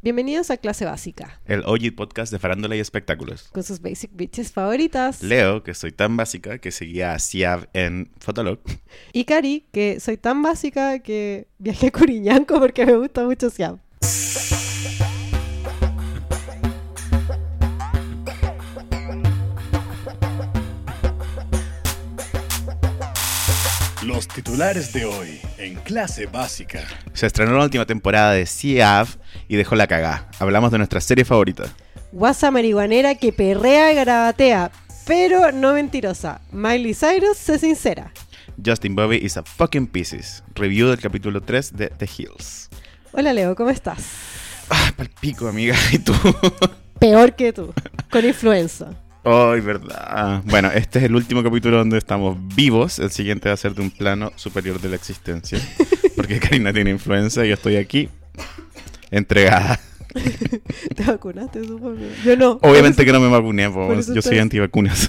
Bienvenidos a Clase Básica, el OG podcast de farándula y espectáculos. con sus basic bitches favoritas. Leo, que soy tan básica que seguía a Siav en Fotolog. Y Cari, que soy tan básica que viajé a Curiñanco porque me gusta mucho Siam. Los titulares de hoy en Clase Básica. Se estrenó la última temporada de Siav y dejó la cagá. Hablamos de nuestra serie favorita. Guasa marihuanera que perrea y garabatea, pero no mentirosa. Miley Cyrus se sincera. Justin Bobby is a fucking pieces. Review del capítulo 3 de The Hills. Hola Leo, ¿cómo estás? Palpico, amiga. ¿Y tú? Peor que tú, con influenza. Ay, verdad. Bueno, este es el último capítulo donde estamos vivos. El siguiente va a ser de un plano superior de la existencia. Porque Karina tiene influenza y yo estoy aquí entregada. ¿Te vacunaste, supongo? Yo no. Obviamente que no me vacuné, por eso yo soy estás- antivacunas.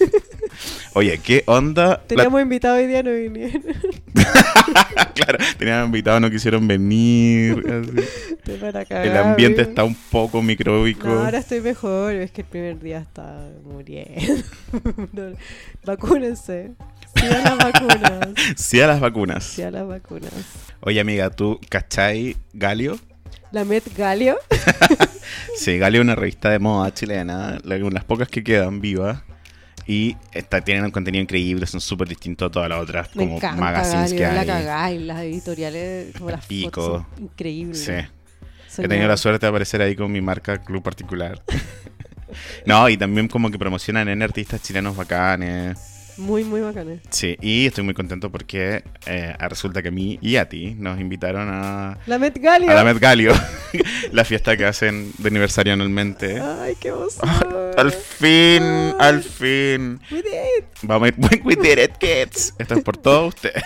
Oye, ¿qué onda? Teníamos invitado hoy día, no vinieron. Claro, tenían invitados, no quisieron venir. Así. Te van a cagar, El ambiente amigo. está un poco micróbico. No, ahora estoy mejor. Es que el primer día estaba muriendo. No, vacúnense. Sí a las vacunas. Sí a las vacunas. Sí a las vacunas. Oye, amiga, ¿tú cachai Galio? La Met Galio. Sí, Galio es una revista de moda chilena, las pocas que quedan vivas. Y tienen un contenido increíble, son súper distintos a todas las otras Me como encanta magazines Galio, que la hay. cagáis, las editoriales, como las Pico. fotos son increíbles. Sí. Son He tenido como- la suerte de aparecer ahí con mi marca Club Particular. No, y también como que promocionan en artistas chilenos bacanes. Muy, muy bacanes. Sí, y estoy muy contento porque resulta que a mí y a ti nos invitaron a La Met Galio. la Met Galio, la fiesta que hacen de aniversario anualmente. Ay, qué emoción. Al fin, al fin. We did it. Vamos a ir, we did it, kids. Esto es por todos ustedes.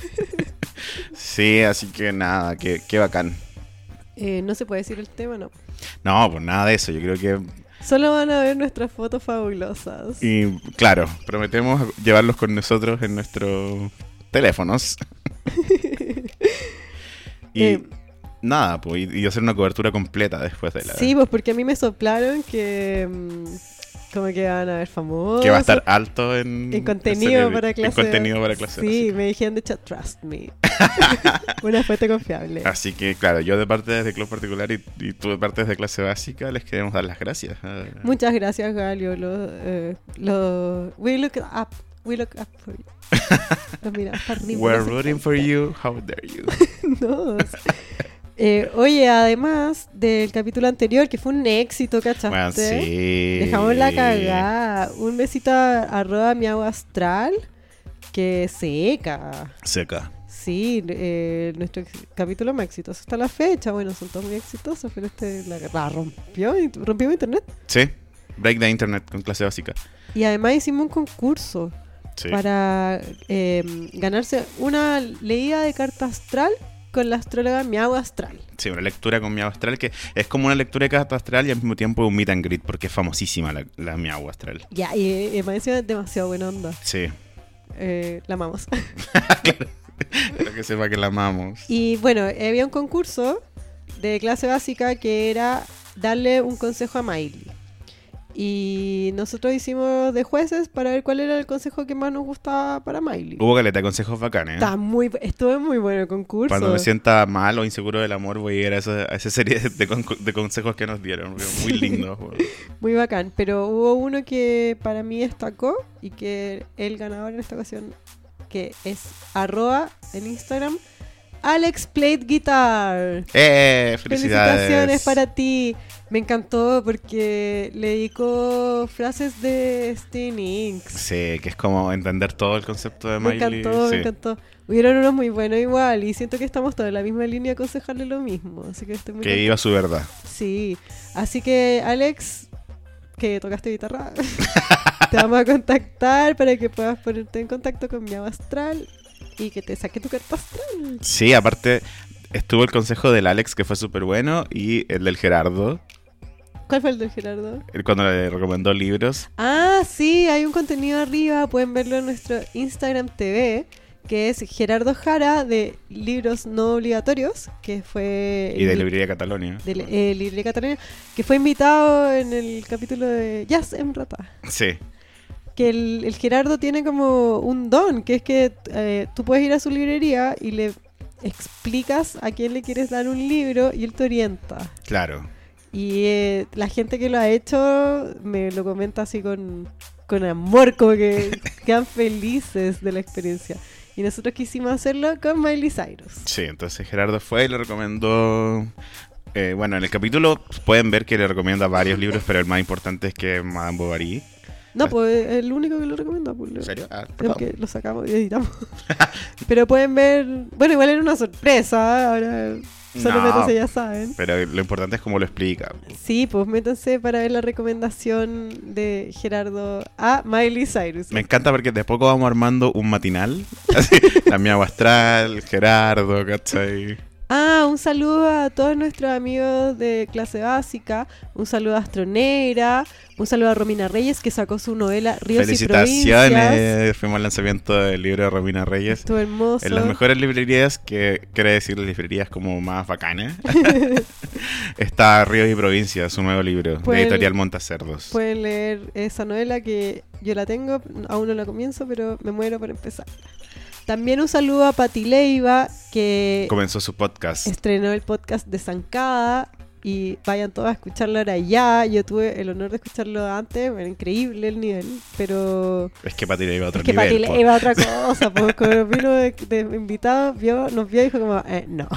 Sí, así que nada, qué bacán. No se puede decir el tema, no. No, pues nada de eso, yo creo que... Solo van a ver nuestras fotos fabulosas. Y claro, prometemos llevarlos con nosotros en nuestros teléfonos. Y Eh, nada, pues, y hacer una cobertura completa después de la... Sí, pues porque a mí me soplaron que como que van a ver famosos. que va a estar alto en contenido para en clase. contenido para clase Sí, básica. me dijeron de hecho, trust me. Una fuente confiable. Así que claro, yo de parte desde Club Particular y tú de parte desde clase básica les queremos dar las gracias. Muchas gracias, Galio. We look up. We look up for you. Los miramos para arriba. We're nos rooting encanta. for you, how dare you. No. Oye, además del capítulo anterior, que fue un éxito, ¿cachaste? Bueno, sí. Dejamos la cagada. Un besito a @miagua_astral, que seca. Seca. Sí, nuestro capítulo más exitoso hasta la fecha. Bueno, son todos muy exitosos, pero la rompió internet. Sí. Break the internet con clase básica. Y además hicimos un concurso Sí. para ganarse una leída de carta astral con la astróloga Miagua Astral. Sí, una lectura con Miagua Astral que es como una lectura de carta astral y al mismo tiempo un meet and greet porque es famosísima la Miagua Astral. Ya, y me pareció demasiado buena onda. Sí. La amamos. Para que sepa que la amamos. Y bueno, había un concurso de clase básica que era darle un consejo a Miley. Y nosotros hicimos de jueces para ver cuál era el consejo que más nos gustaba para Miley. Hubo caleta de consejos bacanes. Estuvo muy bueno el concurso. Cuando me sienta mal o inseguro del amor voy a ir a esa serie de consejos que nos dieron. Porque muy lindo. Muy bacán, pero hubo uno que para mí destacó y que el ganador en esta ocasión, que es @ en Instagram, Alex Played Guitar. Felicitaciones. Felicitaciones para ti. Me encantó porque le dedicó frases de Steen Inks. Sí, que es como entender todo el concepto de Me Miley. encantó, Sí. me encantó. Hubieron unos muy buenos igual y siento que estamos todos en la misma línea de aconsejarle lo mismo. Así que estoy muy Que contenta. iba su verdad. Sí, así que Alex, que tocaste guitarra, te vamos a contactar para que puedas ponerte en contacto con Miagua Astral y que te saque tu carta astral. Sí, aparte estuvo el consejo del Alex que fue súper bueno y el del Gerardo, ¿Cuál fue el de Gerardo? cuando le recomendó libros. Ah, sí, hay un contenido arriba, pueden verlo en nuestro Instagram TV, que es Gerardo Jara de Libros No Obligatorios, que fue... Y de Librería Catalonia. De Librería Cataluña, que fue invitado en el capítulo de Jazz en Rata. Sí. Que el Gerardo tiene como un don, que es que tú puedes ir a su librería y le explicas a quién le quieres dar un libro y él te orienta. Claro. Y la gente que lo ha hecho me lo comenta así con amor, como que quedan felices de la experiencia. Y nosotros quisimos hacerlo con Miley Cyrus. Sí, entonces Gerardo fue y le recomendó... bueno, en el capítulo pueden ver que le recomienda varios libros, pero el más importante es que Madame Bovary. No, pues el único que lo recomienda. Pues, ¿En serio? Ah, perdón. porque lo sacamos y editamos. Pero pueden ver... Bueno, igual era una sorpresa. Ahora solo No, métanse, ya saben. Pero lo importante es cómo lo explica. Sí, pues métanse para ver la recomendación de Gerardo a Miley Cyrus. Me encanta porque de poco vamos armando un matinal. Así, la Mía Astral, Gerardo, ¿cachai? Ah, un saludo a todos nuestros amigos de clase básica, un saludo a Astroneira, un saludo a Romina Reyes que sacó su novela Ríos y Provincias. Felicitaciones, fuimos al lanzamiento del libro de Romina Reyes. Estuvo hermoso. En las mejores librerías, que quiere decir las librerías como más bacanas, está Ríos y Provincias, su nuevo libro, de editorial Montacerdos. Pueden leer esa novela que yo la tengo, aún no la comienzo, pero me muero por empezar. También un saludo a Pati Leiva, que comenzó su podcast. Estrenó el podcast de Zancada. Y vayan todos a escucharlo ahora ya. Yo tuve el honor de escucharlo antes. Era increíble el nivel. Pero... Es que Pati Leiva a otro nivel. Es que Pati Leiva a otra cosa. Pues cuando vino de invitado, nos vio y dijo como... no.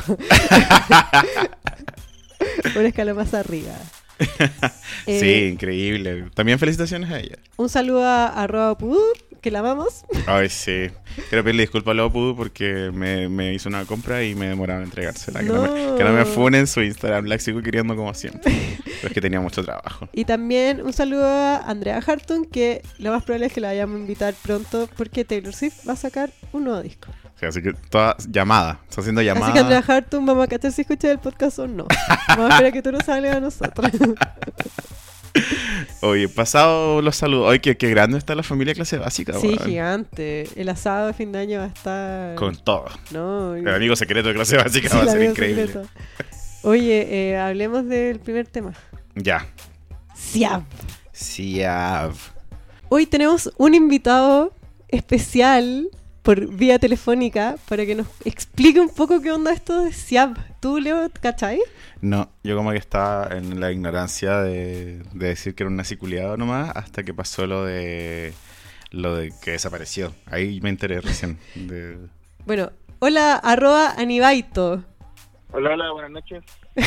Un escalón más arriba. Sí, increíble. También felicitaciones a ella. Un saludo a Roa Pudú, que la amamos. Ay, sí. Quiero pedirle disculpas a Roa Pudú porque me hizo una compra y me demoraba en entregársela. No. Que no me funen su Instagram. La sigo queriendo como siempre. Pero es que tenía mucho trabajo. Y también un saludo a Andrea Harton, que lo más probable es que la vayamos a invitar pronto porque Taylor Swift va a sacar un nuevo disco. Sí, así que toda llamada. Está haciendo llamada. Así que Andrea Harton, vamos a cachar si escucha el podcast o no. Vamos a esperar que tú nos hables a nosotros. Oye, pasado los saludos. Oye, qué grande está la familia clase básica. Sí, bueno. Gigante. El asado de fin de año va a estar... Con todo. No, el amigo secreto de clase básica sí, va a ser increíble. Secreto. Oye, hablemos del primer tema. Ya. Siab. Hoy tenemos un invitado especial por vía telefónica para que nos explique un poco qué onda esto de Siab. ¿Tú, Leo, cachai? No, yo como que estaba en la ignorancia de decir que era un naziculeado nomás hasta que pasó lo de que desapareció. Ahí me enteré recién. Bueno, hola, @Anibaito. Hola, buenas noches.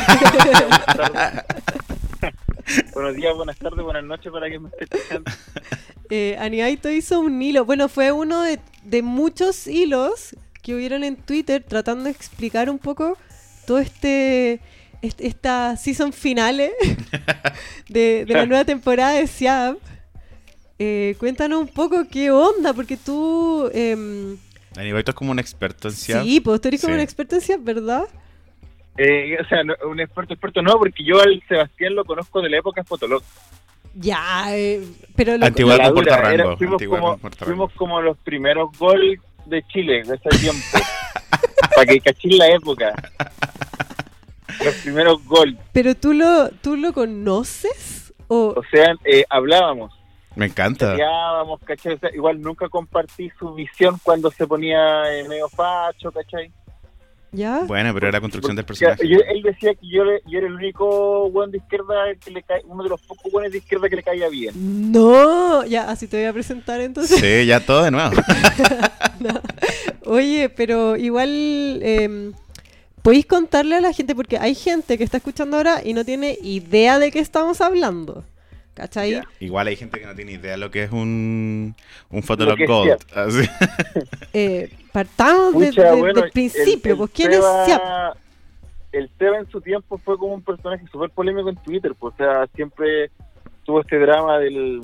Buenos días, buenas tardes, buenas noches para quien me esté escuchando. Anibaito hizo un hilo, bueno, fue uno de muchos hilos que hubieron en Twitter tratando de explicar un poco todo esta season finale de la nueva temporada de Siab. Cuéntanos un poco qué onda, porque tú... Anibaito es como un experto en Siab. Sí, pues tú eres como un experto en Siab, ¿verdad? O sea, no, un experto no, porque yo al Sebastián lo conozco de la época Fotolog. Ya, pero... Antigua con Portarrango. Fuimos como los primeros goles de Chile de ese tiempo. Para que cachín la época. Los primeros goles. ¿Pero tú lo conoces? O sea, hablábamos. Me encanta. Hablábamos, ¿cachai? O sea, igual nunca compartí su visión cuando se ponía medio facho, ¿cachai? ¿Ya? Bueno, pero era la construcción del personaje. Él decía que yo era el único buen de izquierda que le cae, uno de los pocos buenos de izquierda que le caía bien. No, ya, así te voy a presentar entonces. Sí, ya todo de nuevo. No. Oye, pero igual podéis contarle a la gente, porque hay gente que está escuchando ahora y no tiene idea de qué estamos hablando. ¿Cachai? Yeah. Igual hay gente que no tiene idea de lo que es un Fotolog Gold. Así. Partamos del principio. Pues, ¿quién es Siab? El Seba en su tiempo fue como un personaje súper polémico en Twitter. Pues, o sea, siempre tuvo este drama de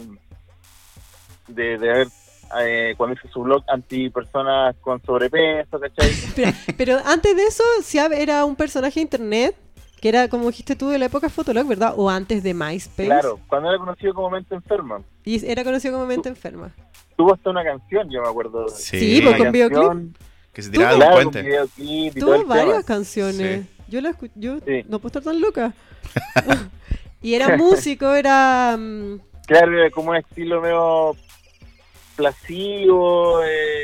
haber cuando hizo su blog anti-personas con sobrepeso, ¿cachai? Pero antes de eso, Siab era un personaje de internet que era, como dijiste tú, de la época Fotolog, ¿verdad? O antes de MySpace. Claro, cuando era conocido como Mente Enferma. Y era conocido como Mente Enferma. Tuvo hasta una canción, yo me acuerdo. Sí, pues, Una con videoclip. canción, Que se tiraba de claro, un con puente. videoclip y todo Tuvo el varias tema. canciones. Sí. Yo Sí. no puedo estar tan loca. Y era músico, era... Claro, era como un estilo medio placebo,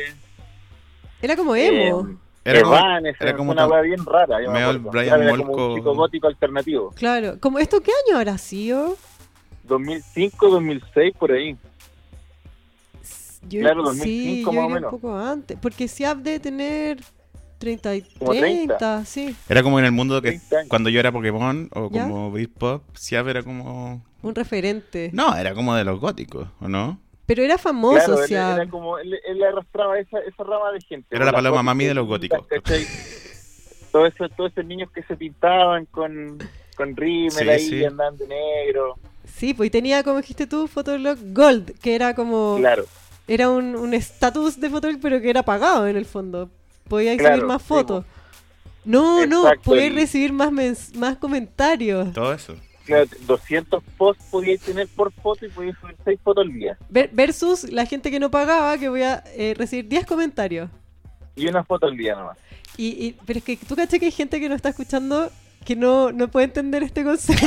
era como emo. Era como- Evanescence, era como una tan- weá bien rara. Yo me medio acuerdo. Brian Claro, era como Molko. un chico gótico alternativo. Claro. Como, ¿esto qué año habrá sido? 2005, 2006, por ahí. Yo, Claro, sí, 2005 yo más o iría menos. un poco antes. Porque Siap debe tener 30 y Como 30, sí. Era como en el mundo que 30 años. cuando yo era Pokémon o ¿Ya? como Britpop, Siap era como... Un referente. No, era como de los góticos, ¿o no? Pero era famoso, Claro, él, Siap. era como, él arrastraba esa rama de gente. Era la Las paloma góticas, mami de los góticos. ¿cachai? Todos esos niños que se pintaban con rímel Sí, ahí, sí. andaban de negro. Sí, pues y tenía, como dijiste tú, Fotolog Gold, que era como... Claro, Era un estatus de Fotolog, pero que era pagado en el fondo. Podías Claro, subir más sí, fotos. No, no, Exacto, podías y- recibir más comentarios. Todo eso. claro, 200 posts podíais tener por foto y podíais subir 6 fotos al día. Versus la gente que no pagaba, que voy a recibir 10 comentarios. Y una foto al día nomás. Pero es que tú caché que hay gente que no está escuchando que no puede entender este concepto.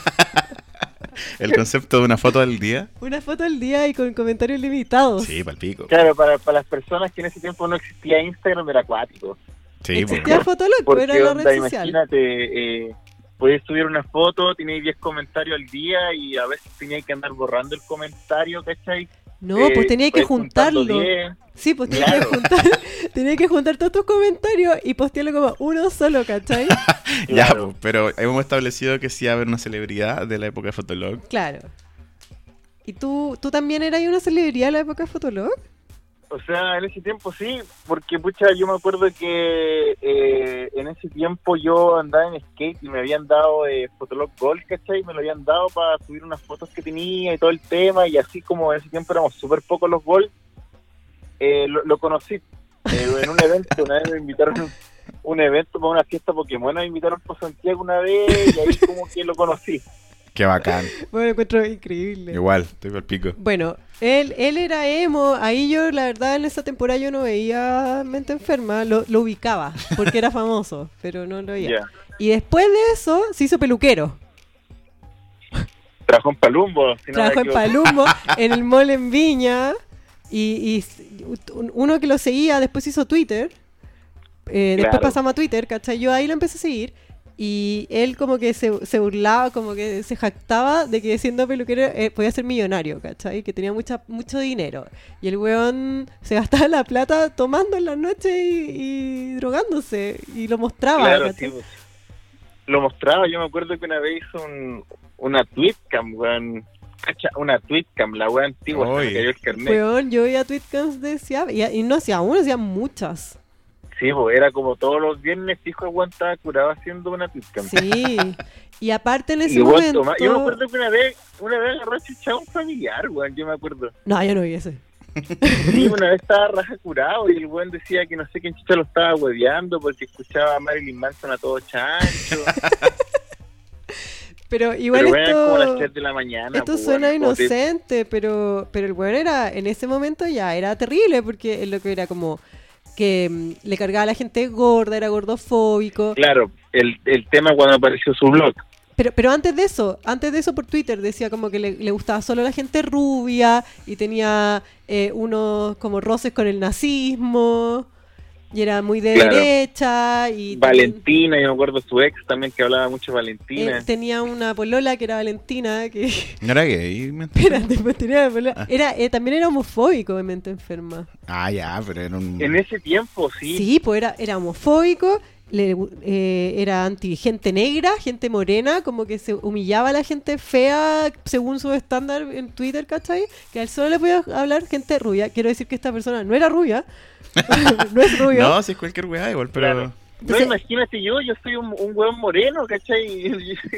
El concepto de una foto al día. Una foto al día y con comentarios limitados. Sí, palpico. Claro, para las personas que en ese tiempo no existía Instagram era acuático. Sí, pues. Existía Fotolog, pero Porque era la onda, red social. imagínate, podías subir una foto, teníais 10 comentarios al día y a veces teníais que andar borrando el comentario, ¿cachai? No, pues tenía que vais juntando juntarlo. 10. Sí, pues tenía Claro. tenía que juntar todos tus comentarios y postearlo como uno solo, ¿cachai? Ya, Claro. pues, pero hemos establecido que sí haber una celebridad de la época de Fotolog. Claro. ¿Y tú también eras una celebridad de la época de Fotolog? O sea, en ese tiempo sí, porque pucha, yo me acuerdo que en ese tiempo yo andaba en skate y me habían dado Fotolog Gold, ¿cachai? Me lo habían dado para subir unas fotos que tenía y todo el tema, y así como en ese tiempo éramos súper pocos los Gold, lo conocí en un evento. Una vez me invitaron a un evento para una fiesta Pokémon, me invitaron por Santiago una vez y ahí como que lo conocí. Qué bacán. Bueno, lo encuentro increíble. Igual, estoy palpico. Bueno, él era emo. Ahí yo, la verdad, en esa temporada yo no veía Mente Enferma. Lo ubicaba, porque era famoso, pero no lo veía. Ya. Y después de eso, se hizo peluquero. Trabajó en Palumbo. Si no me Trabajó en equivoco. Palumbo, en el mall en Viña. Y uno que lo seguía, después hizo Twitter. Después Claro. pasamos a Twitter, ¿cachai? Yo ahí lo empecé a seguir. Y él como que se burlaba, como que se jactaba de que siendo peluquero podía ser millonario, ¿cachai? Que tenía mucho dinero. Y el weón se gastaba la plata tomando en la noche y drogándose. Y lo mostraba, Claro, ¿cachai? sí, pues. Lo mostraba. Yo me acuerdo que una vez hizo una tweetcam, weón. Cacha, una tweetcam, la weá antigua, se Oye. me cayó el carnet. Weón, yo veía tweetcams de Siap y no hacía uno, hacía muchas. Sí, pues era como todos los viernes, fijo, el weón estaba curado haciendo una tweetcam. Sí. Y aparte en ese Y el weón momento... yo me acuerdo que una vez agarró a chuchar a un familiar, weón, yo me acuerdo. No, yo no vi ese. Sí, una vez estaba raja curado y el weón decía que no sé quién chucha lo estaba hueveando porque escuchaba a Marilyn Manson a todo chancho. Pero igual Pero weón, esto... como las 3 de la mañana. Esto pues, suena weón, como te- inocente, pero el weón era, en ese momento ya era terrible, porque es lo que era como que le cargaba a la gente gorda, era gordofóbico. Claro, el tema cuando apareció su blog. Pero antes de eso por Twitter decía como que le gustaba solo la gente rubia y tenía unos como roces con el nazismo y era muy de Claro. derecha y Valentina, yo me acuerdo su ex también que hablaba mucho de Valentina. tenía una polola que era Valentina que ¿No era gay? espérate, pues tenía una polola. Ah. También era homofóbico de Mente Enferma. Ah, ya, pero era un... En ese tiempo, sí. Sí, pues era homofóbico, era anti gente negra, gente morena, como que se humillaba a la gente fea según su estándar en Twitter, ¿cachai? Que a él solo le podía hablar gente rubia. Quiero decir que esta persona no era rubia, no es rubia, No, si es cualquier weá igual, pero... Claro. No, imagínate yo soy un hueón moreno, ¿cachai? Y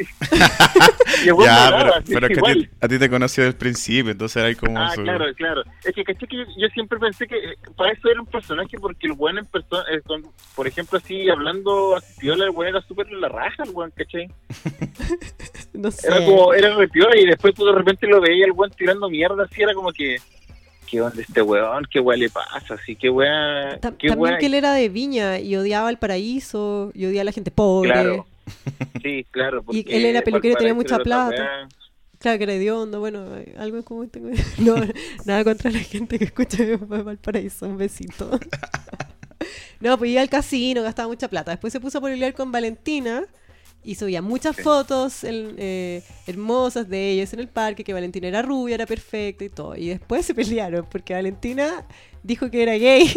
el hueón Ya, morado, pero es que igual. a ti te conocí desde el principio, entonces era ahí como Ah, claro. Es que, ¿cachai? Que yo siempre pensé que para eso era un personaje, porque el weón en persona, por ejemplo, así, hablando así piola, el weón era súper la raja, el weón, ¿cachai? No sé. Era re piola, y después tú de repente lo veías el weón tirando mierda, así, era como que, ¿qué onda este weón? ¿Qué weón le pasa? Así, qué weón... También que él era de Viña y odiaba el paraíso y odiaba a la gente pobre. Claro. Sí, claro. Y él era peluquero y tenía mucha Valparaíso era plata. otra Claro que era hediondo, bueno, algo en común tengo. No, nada contra la gente que escucha Valparaíso, un besito. No, pues iba al casino, gastaba mucha plata. Después se puso a pololear con Valentina y subía muchas fotos hermosas de ellos en el parque, que Valentina era rubia, era perfecta y todo. Y después se pelearon porque Valentina dijo que era gay.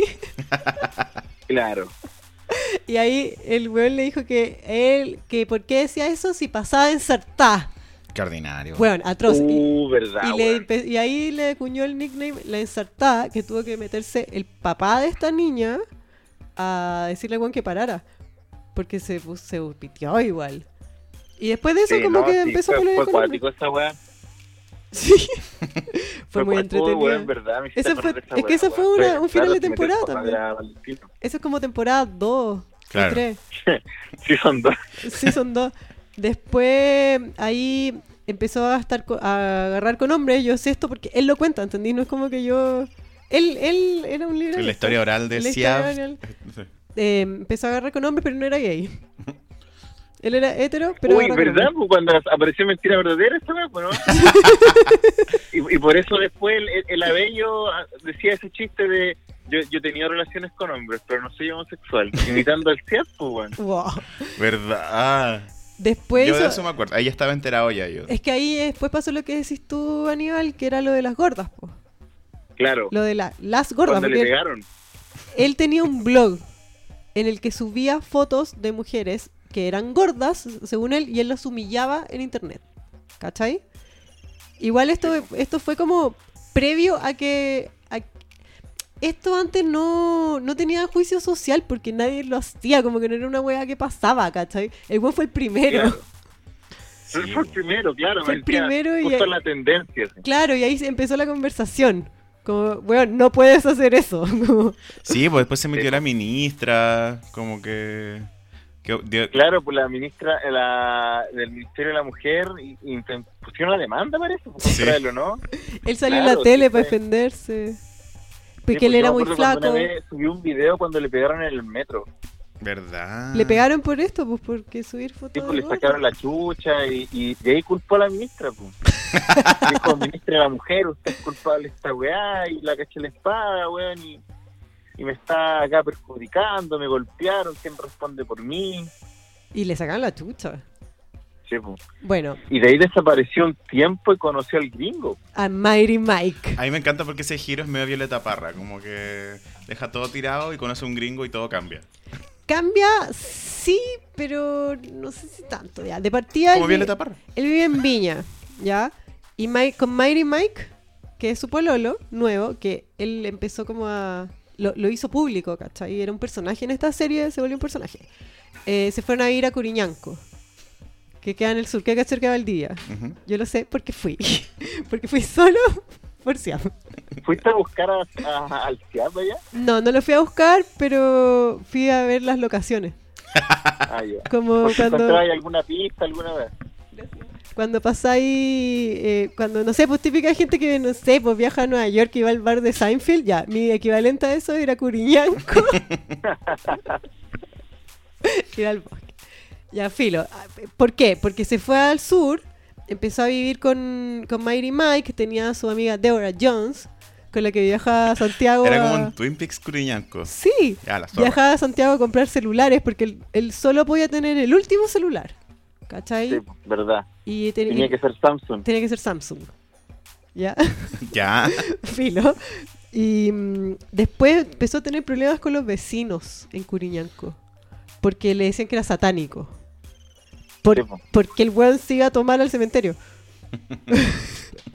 Claro. Y ahí el weón le dijo que por qué decía eso si pasaba ensartada. Qué ordinario. Weón, atroz. Verdad, Y ahí le acuñó el nickname La Ensartada, que tuvo que meterse el papá de esta niña a decirle al weón que parara. Porque se pitió igual. Y después de eso empezó a pelear fue con hombres. cuático esa weá. Sí. Fue muy cuático, entretenido. weá, en verdad, me hiciste Eso fue, acordar de esa es que weá, eso fue weón. un final de Claro, temporada si meter también. a Valentina. Eso es como temporada 2 Claro. 3. Sí, son dos. Sí, son 2. Después ahí empezó a a agarrar con hombres. Yo sé esto porque él lo cuenta, ¿entendí? No es como que yo... Él era un libro. En la historia oral de La historia Siab. oral. Empezó a agarrar con hombres, pero no era gay. Él era hetero, pero Uy, agarraba con ¿verdad? hombres. Pues cuando apareció Mentira Verdadera esta weá, pues, ¿no? y por eso después el Abello decía ese chiste de yo tenía relaciones con hombres, pero no soy homosexual, imitando al Ciap, pues, bueno. Wow. ¿Verdad? Después Yo de eso me acuerdo. Ahí ya estaba enterado ya yo. es que ahí después pasó lo que decís tú, Aníbal, que era lo de las gordas, po. Claro. Lo de las gordas, Cuando le porque pegaron. él tenía un blog en el que subía fotos de mujeres que eran gordas, según él, y él las humillaba en internet. ¿Cachai? Igual esto fue como previo a que... esto antes no tenía juicio social porque nadie lo hacía, como que no era una weá que pasaba, ¿cachai? El weón fue el primero. Claro. Sí. Fue el primero, claro. Fue el primero y- justo la tendencia. Sí. Claro, y ahí se empezó la conversación. Como, weón, no puedes hacer eso. Como, Sí, pues después se metió la ministra, como que Claro, pues la ministra del Ministerio de la Mujer pusieron una demanda, parece, pues, Sí. contra él, ¿o no? él salió en Claro, la tele sí, para fue. defenderse. Sí, Porque él pues, era yo me muy acuerdo cuando flaco. una vez subió un video cuando le pegaron en el metro. ¿verdad? Le pegaron por esto, pues porque subir Sí, fotos pues de le gordas. sacaron la chucha y de ahí culpó a la ministra, pues. Dijo, ministra de la Mujer, usted es culpable de esta weá, y la caché la espada, weón, y me está acá perjudicando, me golpearon, ¿quién responde por mí? Y le sacaron la chucha. Sí, pues. Bueno, Y de ahí desapareció un tiempo y conoció al gringo. a Mighty Mike. A mí me encanta porque ese giro es medio Violeta Parra, como que deja todo tirado y conoce a un gringo y todo cambia. Cambia, sí, pero no sé si tanto. Ya. De partida, Como Violeta Parra. él vive en Viña, ¿ya? Y con Mighty Mike, que es su pololo nuevo, que él empezó como a... Lo hizo público, ¿cachai? Era un personaje en esta serie, se volvió un personaje. Se fueron a ir a Curiñanco, que queda en el sur, que queda cerca de Valdivia. Ujú. Yo lo sé porque fui. Porque fui solo por Siam. ¿Fuiste a buscar al CIAP allá? No lo fui a buscar, pero fui a ver las locaciones. Ah, ya. Como ¿Por si cuando... encontrabas alguna pista alguna vez? Cuando pasáis, cuando no sé, pues típica gente que no sé, pues viaja a Nueva York y va al bar de Seinfeld, ya, mi equivalente a eso era Curiñanco. Ir al bosque. Ya, filo. ¿Por qué? Porque se fue al sur, empezó a vivir con Mighty Mike, que tenía a su amiga Deborah Jones, con la que viaja a Santiago. Era a- como un Twin Peaks curiñanco. Sí, Ya, la zorra. viajaba a Santiago a comprar celulares porque él solo podía tener el último celular. ¿Cachai? Sí, verdad. Y Tenía que ser Samsung. tenía que ser Samsung. ¿Ya? Ya. Filo. Y después empezó a tener problemas con los vecinos en Curiñanco. Porque le decían que era satánico. Sí, po. Porque el weón se iba a tomar al cementerio.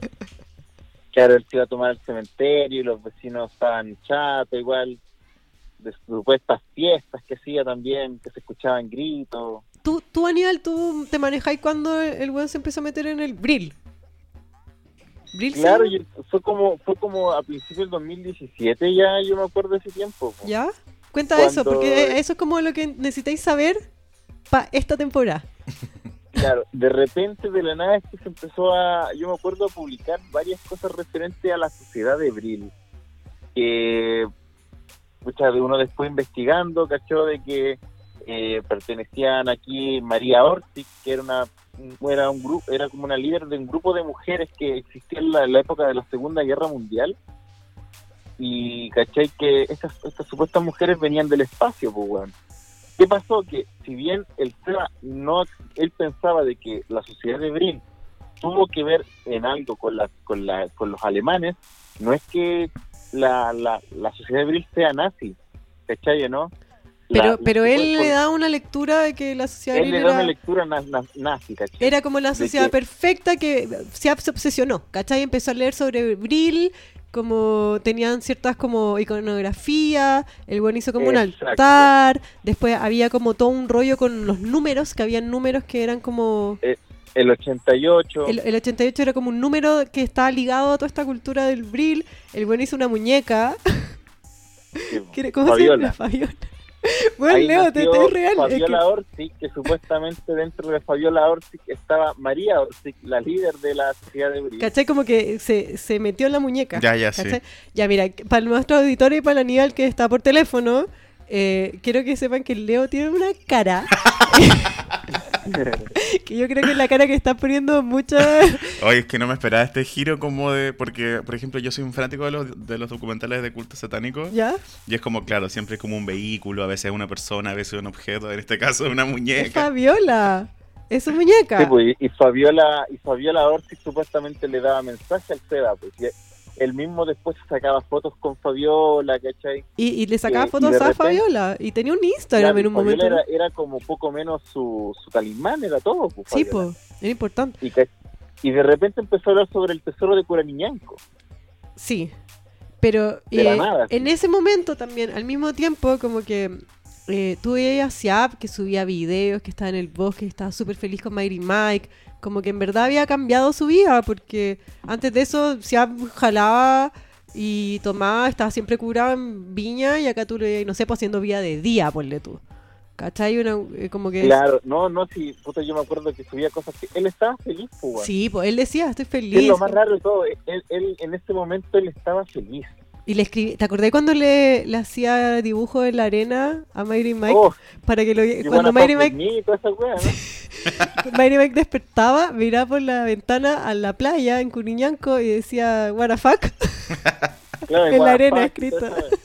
Claro, él se iba a tomar el cementerio y los vecinos estaban chatos igual. de supuestas fiestas que hacía también, que se escuchaban gritos. Tú, Aníbal, tú te manejáis cuando el weón se empezó a meter en el Brill. ¿Brill se Claro, llama? fue como a principios del 2017 ya, yo me acuerdo de ese tiempo. Po. ¿Ya? Cuenta Cuando- eso, porque eso es como lo que necesitáis saber para esta temporada. Claro, de repente de la nada es que se empezó yo me acuerdo a publicar varias cosas referentes a la sociedad de Brill. Que uno después investigando cachó de que pertenecían aquí María Ortiz, que era un grupo, era como una líder de un grupo de mujeres que existía en la época de la Segunda Guerra Mundial. Y cachai que estas supuestas mujeres venían del espacio, pues weón. ¿Qué pasó? Que si bien el Seba él pensaba de que la sociedad de Brill tuvo que ver en algo con los alemanes, no es que la sociedad de Brill sea nazi, ¿cachai, no? Pero él le da una lectura de que la sociedad Él le Brill da una lectura nazi, ¿cachai? era como la de sociedad que- perfecta que se obsesionó, ¿cachai? Empezó a leer sobre Brill, como tenían ciertas como iconografía, el buen hizo como un Exacto. altar, después había como todo un rollo con los números, que habían números que eran como... El 88, El 88 era como un número que estaba ligado a toda esta cultura del Brill, el buen hizo una muñeca, ¿cómo se llama? Fabiola. Fabiola. Bueno, Ahí Leo, nació es real. es Fabiola que- Ortiz, que supuestamente dentro de Fabiola Ortiz estaba María Ortiz, la líder de la sociedad de Brill. ¿Cachai? Como que se metió en la muñeca. Ya, sí. ¿Cachai? Ya, mira, para nuestro auditorio y para el Aníbal que está por teléfono, quiero que sepan que Leo tiene una cara que yo creo que es la cara que está poniendo mucha... Oye, es que no me esperaba este giro como de... Porque, por ejemplo, yo soy un fanático de los documentales de culto satánico. ¿Ya? Y es como, claro, siempre es como un vehículo, a veces una persona, a veces un objeto, en este caso una Es muñeca. Fabiola. Es su muñeca. Sí, pues, y Fabiola Ortiz supuestamente le daba mensaje al Seba, pues, y él mismo después sacaba fotos con Fabiola, ¿cachai? Y le sacaba y fotos de a repente- Fabiola. Y tenía un Instagram Claro, en un Fabiola momento. ¿no? era como poco menos su talismán, era todo, pues, Sí, Fabiola. pues. Era importante. Y de repente empezó a hablar sobre el tesoro de Curaniñanco. Sí. Pero De la nada, sí. en ese momento también, al mismo tiempo, como que tú veías a Siap que subía videos, que estaba en el bosque, que estaba súper feliz con Mighty Mike. Como que en verdad había cambiado su vida, porque antes de eso Siap jalaba y tomaba, estaba siempre curado en Viña, y acá tú le, no sé, pues haciendo vida de día, ponle tú. ¿Cachai? Como que... Claro, sí, puta, yo me acuerdo que subía cosas que él estaba feliz, pues, weón. Sí, pues él decía, estoy Que feliz. es lo más raro de todo, él en este momento él estaba feliz. Y le escribí, ¿te acordás cuando le hacía dibujos en la arena a Mighty Mike? Oh, Para que lo you cuando wanna Mighty fuck with Mike, me y toda esa wea, ¿no? Mighty Mike despertaba, miraba por la ventana a la playa en Cuniñanco y decía, what the fuck. Claro, En la what the arena fuck, escrito. y toda esa wea.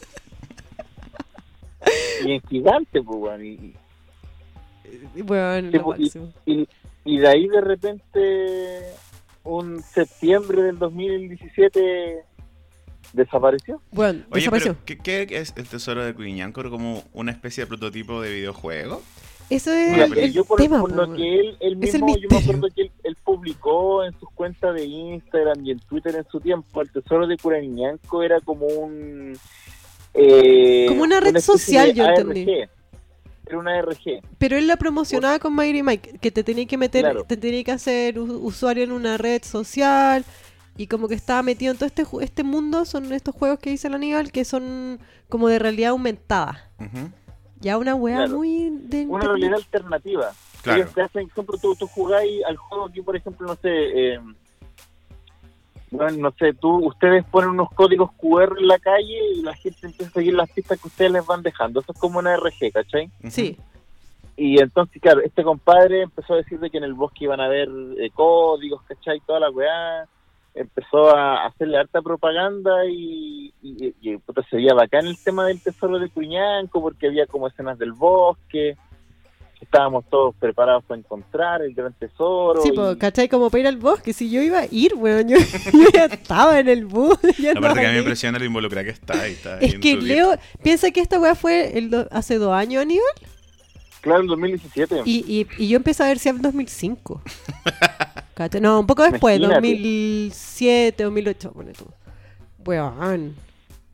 Y en gigante, pues, weón. Y bueno, Sí, lo pues, máximo. Y de ahí de repente, un septiembre del 2017, desapareció. Bueno, Oye, desapareció. pero ¿qué es el tesoro de Cuiñanco? ¿Como una especie de prototipo de videojuego? Eso es Mira, el, pero el Yo por tema, lo po, que él Es el mismo, yo me misterio. acuerdo que él publicó en sus cuentas de Instagram y en Twitter en su tiempo, el tesoro de Curaniñanco era como un... Como una red especie social, de yo ARG. entendí. Era una ARG. Pero él la promocionaba con Mighty Mike, que te tenía que meter, Claro. te tenía que hacer usuario en una red social, y como que estaba metido en todo este mundo. Son estos juegos que dice el Aníbal, que son como de realidad aumentada. Ujú. Ya una weá Claro. muy de Una realidad alternativa. Claro. Ellos te hacen, por ejemplo, tú jugáis al juego aquí, por ejemplo, no sé, bueno, no sé, ustedes ponen unos códigos QR en la calle y la gente empieza a seguir las pistas que ustedes les van dejando. Eso es como una RG, ¿cachai? Ujú. Sí, Y entonces, claro, este compadre empezó a decir de que en el bosque iban a haber códigos, ¿cachai? Toda la weá. Empezó a hacerle harta propaganda y puta, se veía bacán el tema del tesoro de Cuñanco porque había como escenas del bosque. Estábamos todos preparados para encontrar el gran tesoro. sí, y- pues, ¿cachai? Como para ir al bosque. Si yo iba a ir, weón, yo ya estaba en el bus. Ya Aparte andaba que a mí me ahí. impresiona lo involucrada que está ahí. Está ahí Es en que su día. Leo, piensa que esta weá fue hace 2 años, Aníbal. Claro, en 2017. Y yo empecé a ver Siap en 2005. ¿Cachai? No, un poco después, Imagínate. 2007, 2008, pone tú. Weón.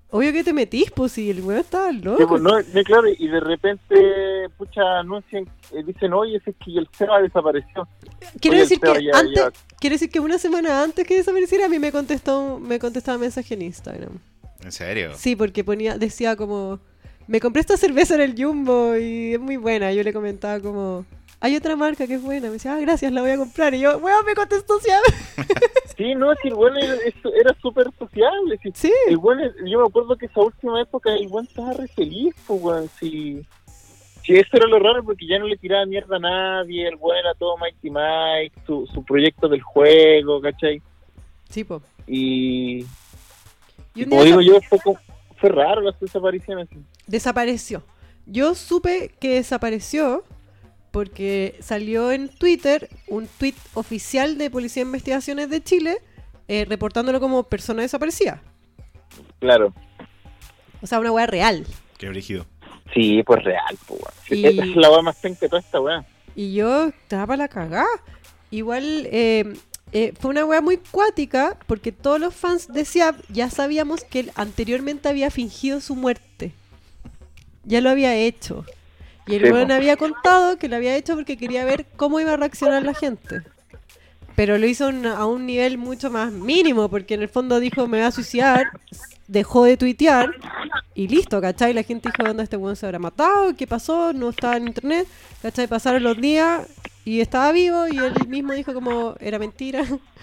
Obvio que te metís, pues, si el weón estaba Sí, loco. pues, no, claro, y de repente, pucha, anuncian, dicen, oye, es que el Seba desapareció. Quiero Oye, decir el Seba que ya- antes, ya- quiero decir que una semana antes que desapareciera a mí me contestaba mensaje en Instagram. ¿En serio? Sí, porque decía como, me compré esta cerveza en el Jumbo y es muy buena. Yo le comentaba como, hay otra marca que es buena. Me decía, gracias, la voy a comprar. Y yo, weón, me contestó, sí. Sí, no, si el bueno era súper sociable. Si, Sí. el bueno, yo me acuerdo que esa última época el buen estaba re feliz, pues, weón. Si eso era lo raro, porque ya no le tiraba mierda a nadie. El bueno era todo Mighty Mike, su proyecto del juego, ¿cachai? Sí, po. Y Y un como día digo yo, fue raro las desapariciones. desapareció. Yo supe que desapareció porque salió en Twitter un tweet oficial de Policía de Investigaciones de Chile reportándolo como persona desaparecida. Claro. O sea, una weá real. Qué brígido. Sí, pues real, pues, weón. Y- Esa es la weá más penca de toda esta weá. Y yo estaba para la cagá. Igual fue una wea muy cuática porque todos los fans de Siap ya sabíamos que él anteriormente había fingido su muerte. Ya lo había hecho. Y el Sí, weón po. había contado que lo había hecho porque quería ver cómo iba a reaccionar la gente. Pero lo hizo a un nivel mucho más mínimo porque en el fondo dijo me voy a suicidar, dejó de tuitear y listo, ¿cachai? La gente dijo, ¿dónde este weón se habrá matado? ¿Qué pasó? No estaba en internet, ¿cachai? Pasaron los días y estaba vivo y él mismo dijo como, era mentira.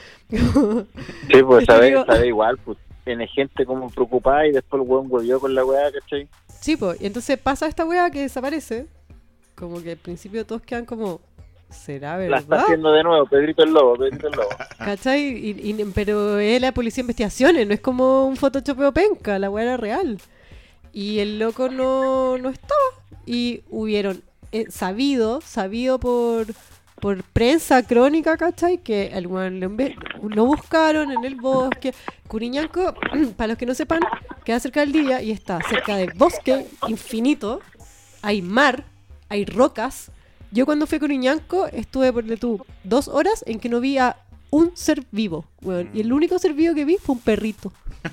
Sí, pues Está vivo. sabe igual, pues. Tiene gente como preocupada y después el weón volvió con la weá, ¿cachai? Sí, pues, y entonces pasa esta weá que desaparece, como que al principio todos quedan como, ¿será La está verdad? haciendo de nuevo, Pedrito el Lobo. ¿Cachai? Pero es la policía de investigaciones, no es como un photoshopeo penca, la weá era real. Y el loco no estaba. Y hubieron sabido por prensa crónica, ¿cachai? Que el weón lo buscaron en el bosque. Curiñanco, para los que no sepan, queda cerca del día y está cerca del bosque infinito. Hay mar, hay rocas. Yo cuando fui a Curiñanco estuve por 2 horas en que no vi a un ser vivo, weón. Y el único ser vivo que vi fue un perrito.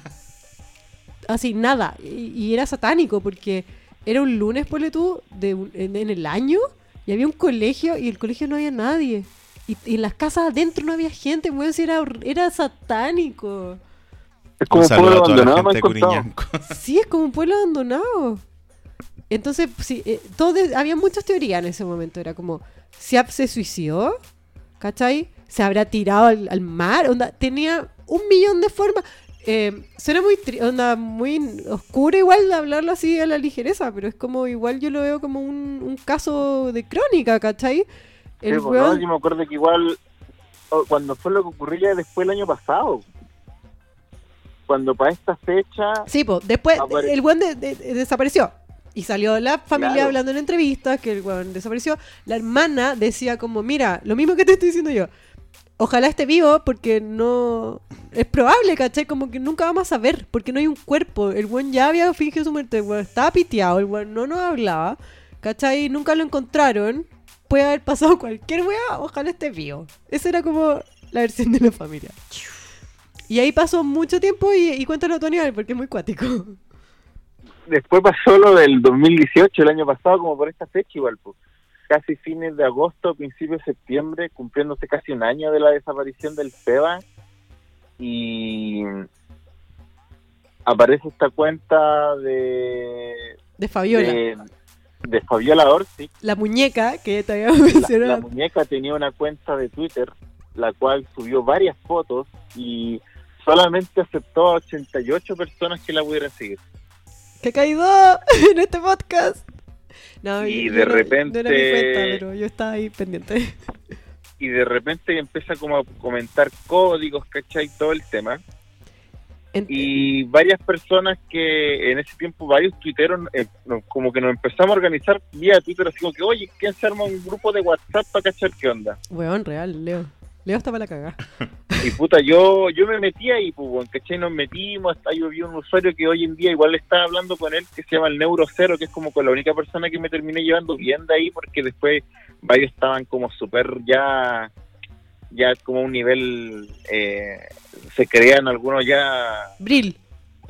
Así, nada. Y era satánico porque era un lunes, ponle tú, en el año, y había un colegio y el colegio no había nadie. Y en las casas adentro no había gente, weón, si era satánico. Es como Un un saludo pueblo a toda la abandonado, me gente han de contado. Curiñanco. Sí, es como un pueblo abandonado. Entonces, sí, había muchas teorías en ese momento. Era como, ¿Siap se suicidó? ¿Cachai? ¿Se habrá tirado al mar? Onda, tenía 1.000.000 de formas. Suena muy oscuro igual de hablarlo así a la ligereza, pero es como igual yo lo veo como un caso de crónica, ¿cachai? Sí, El pues, no, weón- yo me acuerdo que igual cuando fue lo que ocurrió ya después el año pasado, cuando para esta fecha Sí, pues, después Apare- el weón desapareció. Y salió la familia Claro. hablando en entrevistas que el weón desapareció. La hermana decía como, mira, lo mismo que te estoy diciendo yo. Ojalá esté vivo porque no... Es probable, ¿cachai? Como que nunca vamos a saber porque no hay un cuerpo. El weón ya había fingido su muerte, el weón estaba piteado, el weón no nos hablaba, ¿cachai? Nunca lo encontraron. Puede haber pasado cualquier weá, ojalá esté vivo. Esa era como la versión de la familia. Y ahí pasó mucho tiempo y cuéntalo tú, Aníbal, porque es muy cuático. después pasó lo del 2018, el año pasado, como por esta fecha igual, pues. Casi fines de agosto, principios de septiembre, cumpliéndose casi un año de la desaparición del Seba, y aparece esta cuenta de Fabiola. de Fabiola Orsi. La muñeca que te había La mencionado. muñeca tenía una cuenta de Twitter, la cual subió varias fotos y solamente aceptó a 88 personas que la pudieran seguir. Que ha caído en este podcast. No, Y yo de no repente- era mi cuenta, pero yo estaba ahí pendiente. Y de repente empieza como a comentar códigos, ¿cachai? Todo el tema. Y varias personas que en ese tiempo, varios tuiteros, como que nos empezamos a organizar vía Twitter, así como que, oye, ¿quién se arma un grupo de WhatsApp para cachar qué onda? Weón, real, Leo. Leo está para la cagada. Y puta, yo me metí ahí, pues, bueno, ¿cachai? Nos metimos, hasta yo vi un usuario que hoy en día igual estaba hablando con él, que se llama el Neuro Cero, que es como con la única persona que me terminé llevando bien de ahí, porque después varios estaban como súper ya como un nivel, se creían algunos ya Bril.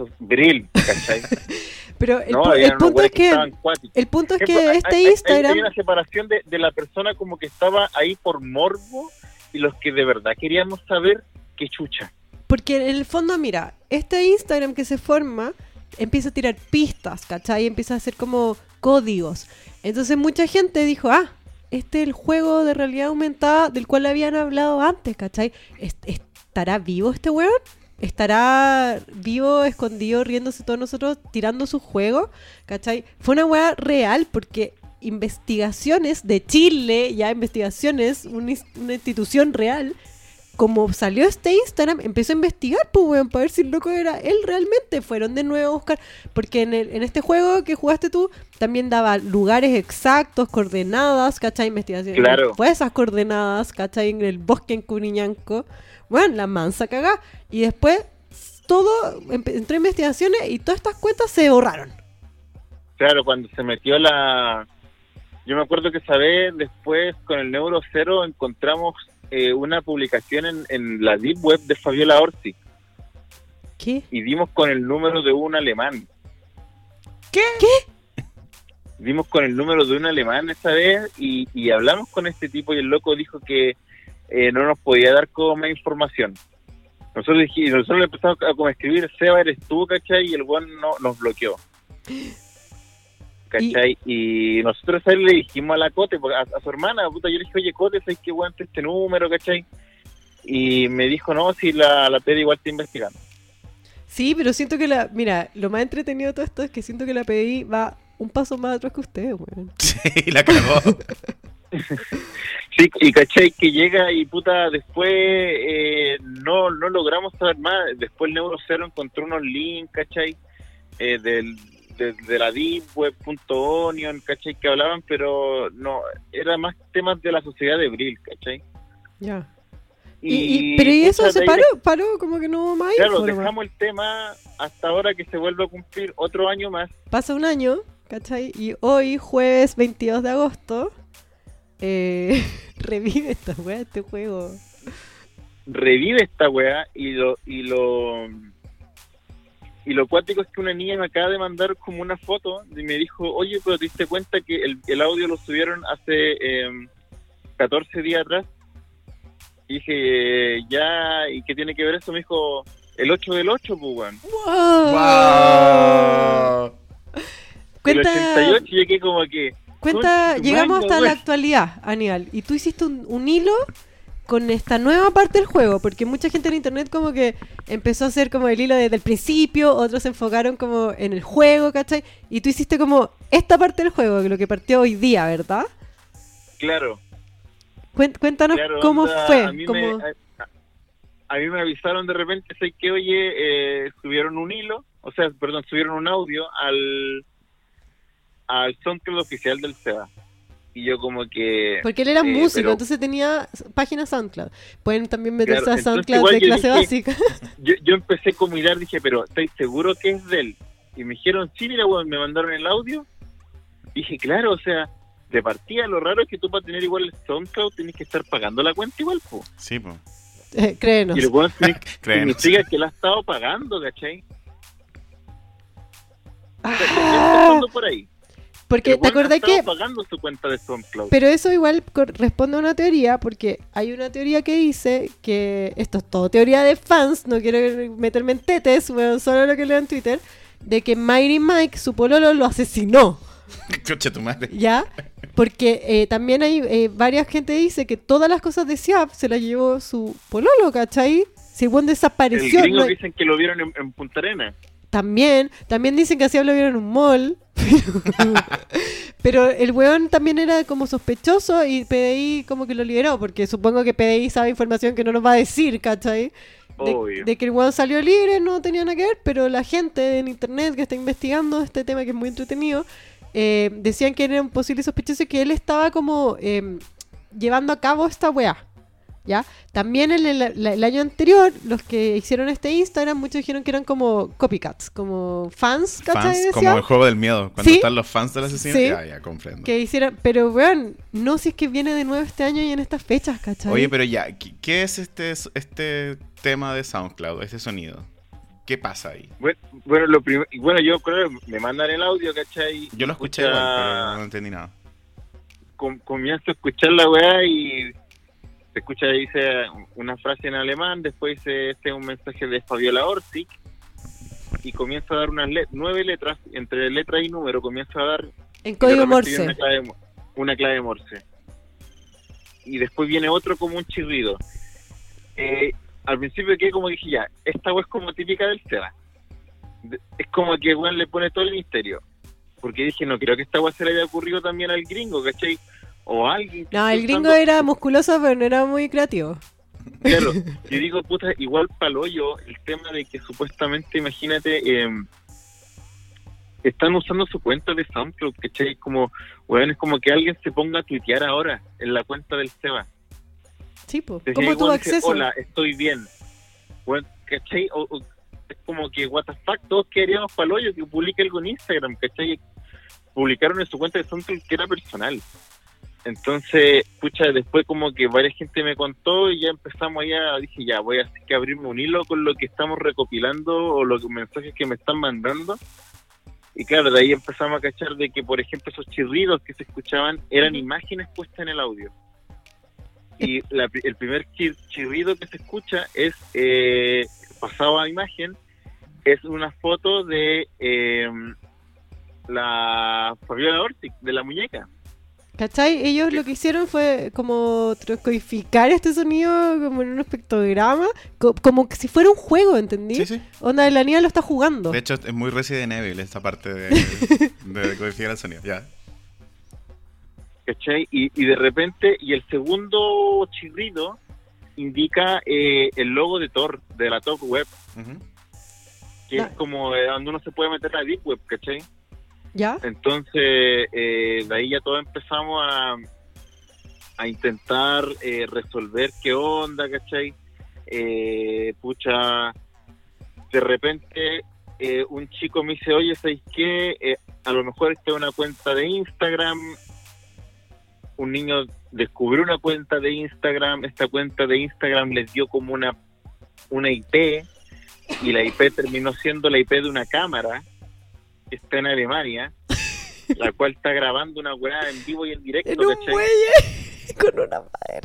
Bril, ¿cachai? Pero el, No, pu- había el unos punto weones es que estaban cuáticos. el punto es Es que por- este hay Instagram, una separación de la persona como que estaba ahí por morbo y los que de verdad queríamos saber qué chucha. porque en el fondo, mira, este Instagram que se forma empieza a tirar pistas, ¿cachai? Empieza a hacer como códigos. Entonces mucha gente dijo, este es el juego de realidad aumentada del cual habían hablado antes, ¿cachai? ¿Estará vivo este weón? ¿Estará vivo, escondido, riéndose todos nosotros, tirando su juego? ¿Cachai? Fue una weá real porque investigaciones de Chile, ya investigaciones, una institución real, como salió este Instagram, empezó a investigar, pues, weón, para ver si el loco era él realmente. Fueron de nuevo a buscar, porque en este juego que jugaste tú, también daba lugares exactos, coordenadas, ¿cachai? Investigación. Claro. Fue esas coordenadas, ¿cachai? En el bosque en Curiñanco. Bueno, la mansa cagá. Y después, todo, entró a investigaciones y todas estas cuentas se borraron. Claro, cuando se metió la... Yo me acuerdo que esa vez, después, con el Neuro Cero, encontramos una publicación en la Deep Web de Fabiola Orsi. ¿Qué? Y dimos con el número de un alemán. ¿Qué? Dimos con el número de un alemán esa vez y hablamos con este tipo y el loco dijo que no nos podía dar como más información. Nosotros le empezamos a como escribir, Seba, eres tú, ¿cachai? Y el weón nos bloqueó. ¿Cachai? Y nosotros a él le dijimos a la Cote, a su hermana, puta, yo le dije, oye, Cote, ¿sabes qué weón este número, ¿cachai? Y me dijo, no, si la PDI igual está investigando. Sí, pero siento que mira, lo más entretenido de todo esto es que siento que la PDI va un paso más atrás que ustedes, weón. Sí, la cagó. Sí, y cachai que llega y puta, después no logramos saber más. Después el Neuro Cero encontró unos links, cachai, de la deepweb.onion, cachai, que hablaban, pero no, era más temas de la sociedad de Bril, cachai. Ya. Pero ¿y eso puta, se de ahí paró? Como que no hubo más claro, info nomás. dejamos el tema hasta ahora que se vuelve a cumplir otro año más. Pasa un año, ¿cachai? Y hoy, jueves 22 de agosto, revive esta weá, este juego. Revive esta weá y lo cuático es que una niña me acaba de mandar como una foto y me dijo, oye, pero te diste cuenta que el audio lo subieron hace 14 días atrás. Y dije, ya, ¿y qué tiene que ver eso? Me dijo, el 8 del 8, pues, weón. ¡Wow! El 88 y llegué como que... Cuenta, concha tu llegamos madre, hasta la weón. actualidad, Aníbal. Y tú hiciste un hilo con esta nueva parte del juego, porque mucha gente en internet como que empezó a hacer como el hilo desde el principio, otros se enfocaron como en el juego, ¿cachai? Y tú hiciste como esta parte del juego, que lo que partió hoy día, ¿verdad? Claro. Cuéntanos Claro, cómo onda, fue. A mí me avisaron de repente, sé que, oye, subieron un hilo, subieron un audio al SoundCloud oficial del SEBA. Y yo como que... Porque él era músico, pero- entonces tenía página SoundCloud. Pueden también meterse Claro, a entonces SoundCloud igual de yo clase dije- básica. Yo empecé como a mirar, dije, pero ¿estáis seguro que es de él? Y me dijeron, sí, mira, weón, me mandaron el audio. Dije, claro, o sea, de partida lo raro es que tú para tener igual el SoundCloud tenés que estar pagando la cuenta igual, po. Sí, pues. Créenos. Y el weón Créenos. significa que la ha estado pagando, ¿cachai? Ah, Empezando por ahí. porque El te weón ha acordás estado que... pagando su cuenta de SoundCloud. Pero eso igual responde a una teoría, porque hay una teoría que dice que... Esto es todo teoría de fans, no quiero meterme en tetes, bueno, solo lo que leo en Twitter, de que Mighty Mike, su pololo, lo asesinó. Coche tu madre. ¿Ya? Porque también hay varias gente dice que todas las cosas de Siap se las llevó su pololo, ¿cachai? Si el buen El desapareció. gringo no- dicen que lo vieron en Punta Arenas. también dicen que a Siap lo vieron en un mall. Pero el weón también era como sospechoso y PDI como que lo liberó, porque supongo que PDI sabe información que no nos va a decir, ¿cachai? Obvio. De que el weón salió libre, no tenía nada que ver, pero la gente en internet que está investigando este tema que es muy entretenido, decían que era un posible sospechoso y que él estaba como llevando a cabo esta weá. ¿Ya? También en el año anterior, los que hicieron este Instagram, muchos dijeron que eran como copycats, como fans, ¿cachai? Fans, Decían, como el juego del miedo. Cuando Sí. están los fans del asesino. Sí. Ya, comprendo. que hicieran, pero weón, no si es que viene de nuevo este año y en estas fechas, ¿cachai? Oye, pero ya, ¿qué es este tema de SoundCloud, este sonido? ¿Qué pasa ahí? Bueno, yo creo que me mandan el audio, ¿cachai? Yo lo escuché Escucha- igual, pero no entendí nada. Comienzo a escuchar la weá y se escucha, dice una frase en alemán, después dice, este es un mensaje de Fabiola Ortic, y comienza a dar unas 9 letras, entre letra y número, comienza a dar En código y de repente viene Morse. una clave Morse. Y después viene otro como un chirrido. Al principio que como dije ya, esta weá es como típica del Seba. Es como que weón le pone todo el misterio. Porque dije, no creo que esta weá se le haya ocurrido también al gringo, ¿cachai? O a alguien que No, esté el gringo usando- era musculoso, pero no era muy creativo. Claro, yo digo, puta, igual paloyo el tema de que supuestamente, imagínate, están usando su cuenta de SoundCloud, ¿cachai? Como, weón, es como que alguien se ponga a tuitear ahora en la cuenta del Seba. Sí, pues. Entonces, ¿Cómo ahí, tuvo weón, dice, acceso? hola, estoy bien. Weón, ¿cachai? Es como que, what the fuck, todos queríamos paloyo que publique algo en Instagram, ¿cachai? Publicaron en su cuenta de SoundCloud que era personal. Entonces, pucha, después como que varias gente me contó y ya empezamos allá, dije ya, voy a hacer que abrirme un hilo con lo que estamos recopilando o los mensajes que me están mandando. Y claro, de ahí empezamos a cachar de que, por ejemplo, esos chirridos que se escuchaban eran imágenes puestas en el audio. Y el primer chirrido que se escucha es, pasado a imagen, es una foto de la Fabiola Ortic, de la muñeca. ¿Cachai? Ellos lo que hicieron fue como codificar este sonido como en un espectrograma, como que si fuera un juego, ¿entendí? Sí, sí. Onda, la niña lo está jugando. De hecho, es muy Resident Evil esta parte de codificar el sonido. Ya. ¿Cachai? Y de repente, y el segundo chirrido indica el logo de Tor, de la Tor Web, Ujú. que Ah. es como donde uno se puede meter a la Deep Web, ¿cachai? ¿Ya? Entonces, de ahí ya todos empezamos a intentar resolver qué onda, ¿cachai? Pucha, de repente un chico me dice, oye, ¿sabes qué? A lo mejor esta es una cuenta de Instagram. Un niño descubrió una cuenta de Instagram, esta cuenta de Instagram les dio como una IP, y la IP terminó siendo la IP de una cámara que está en Alemania, la cual está grabando una weá en vivo y en directo, En un ¿cachai? muelle con una madera.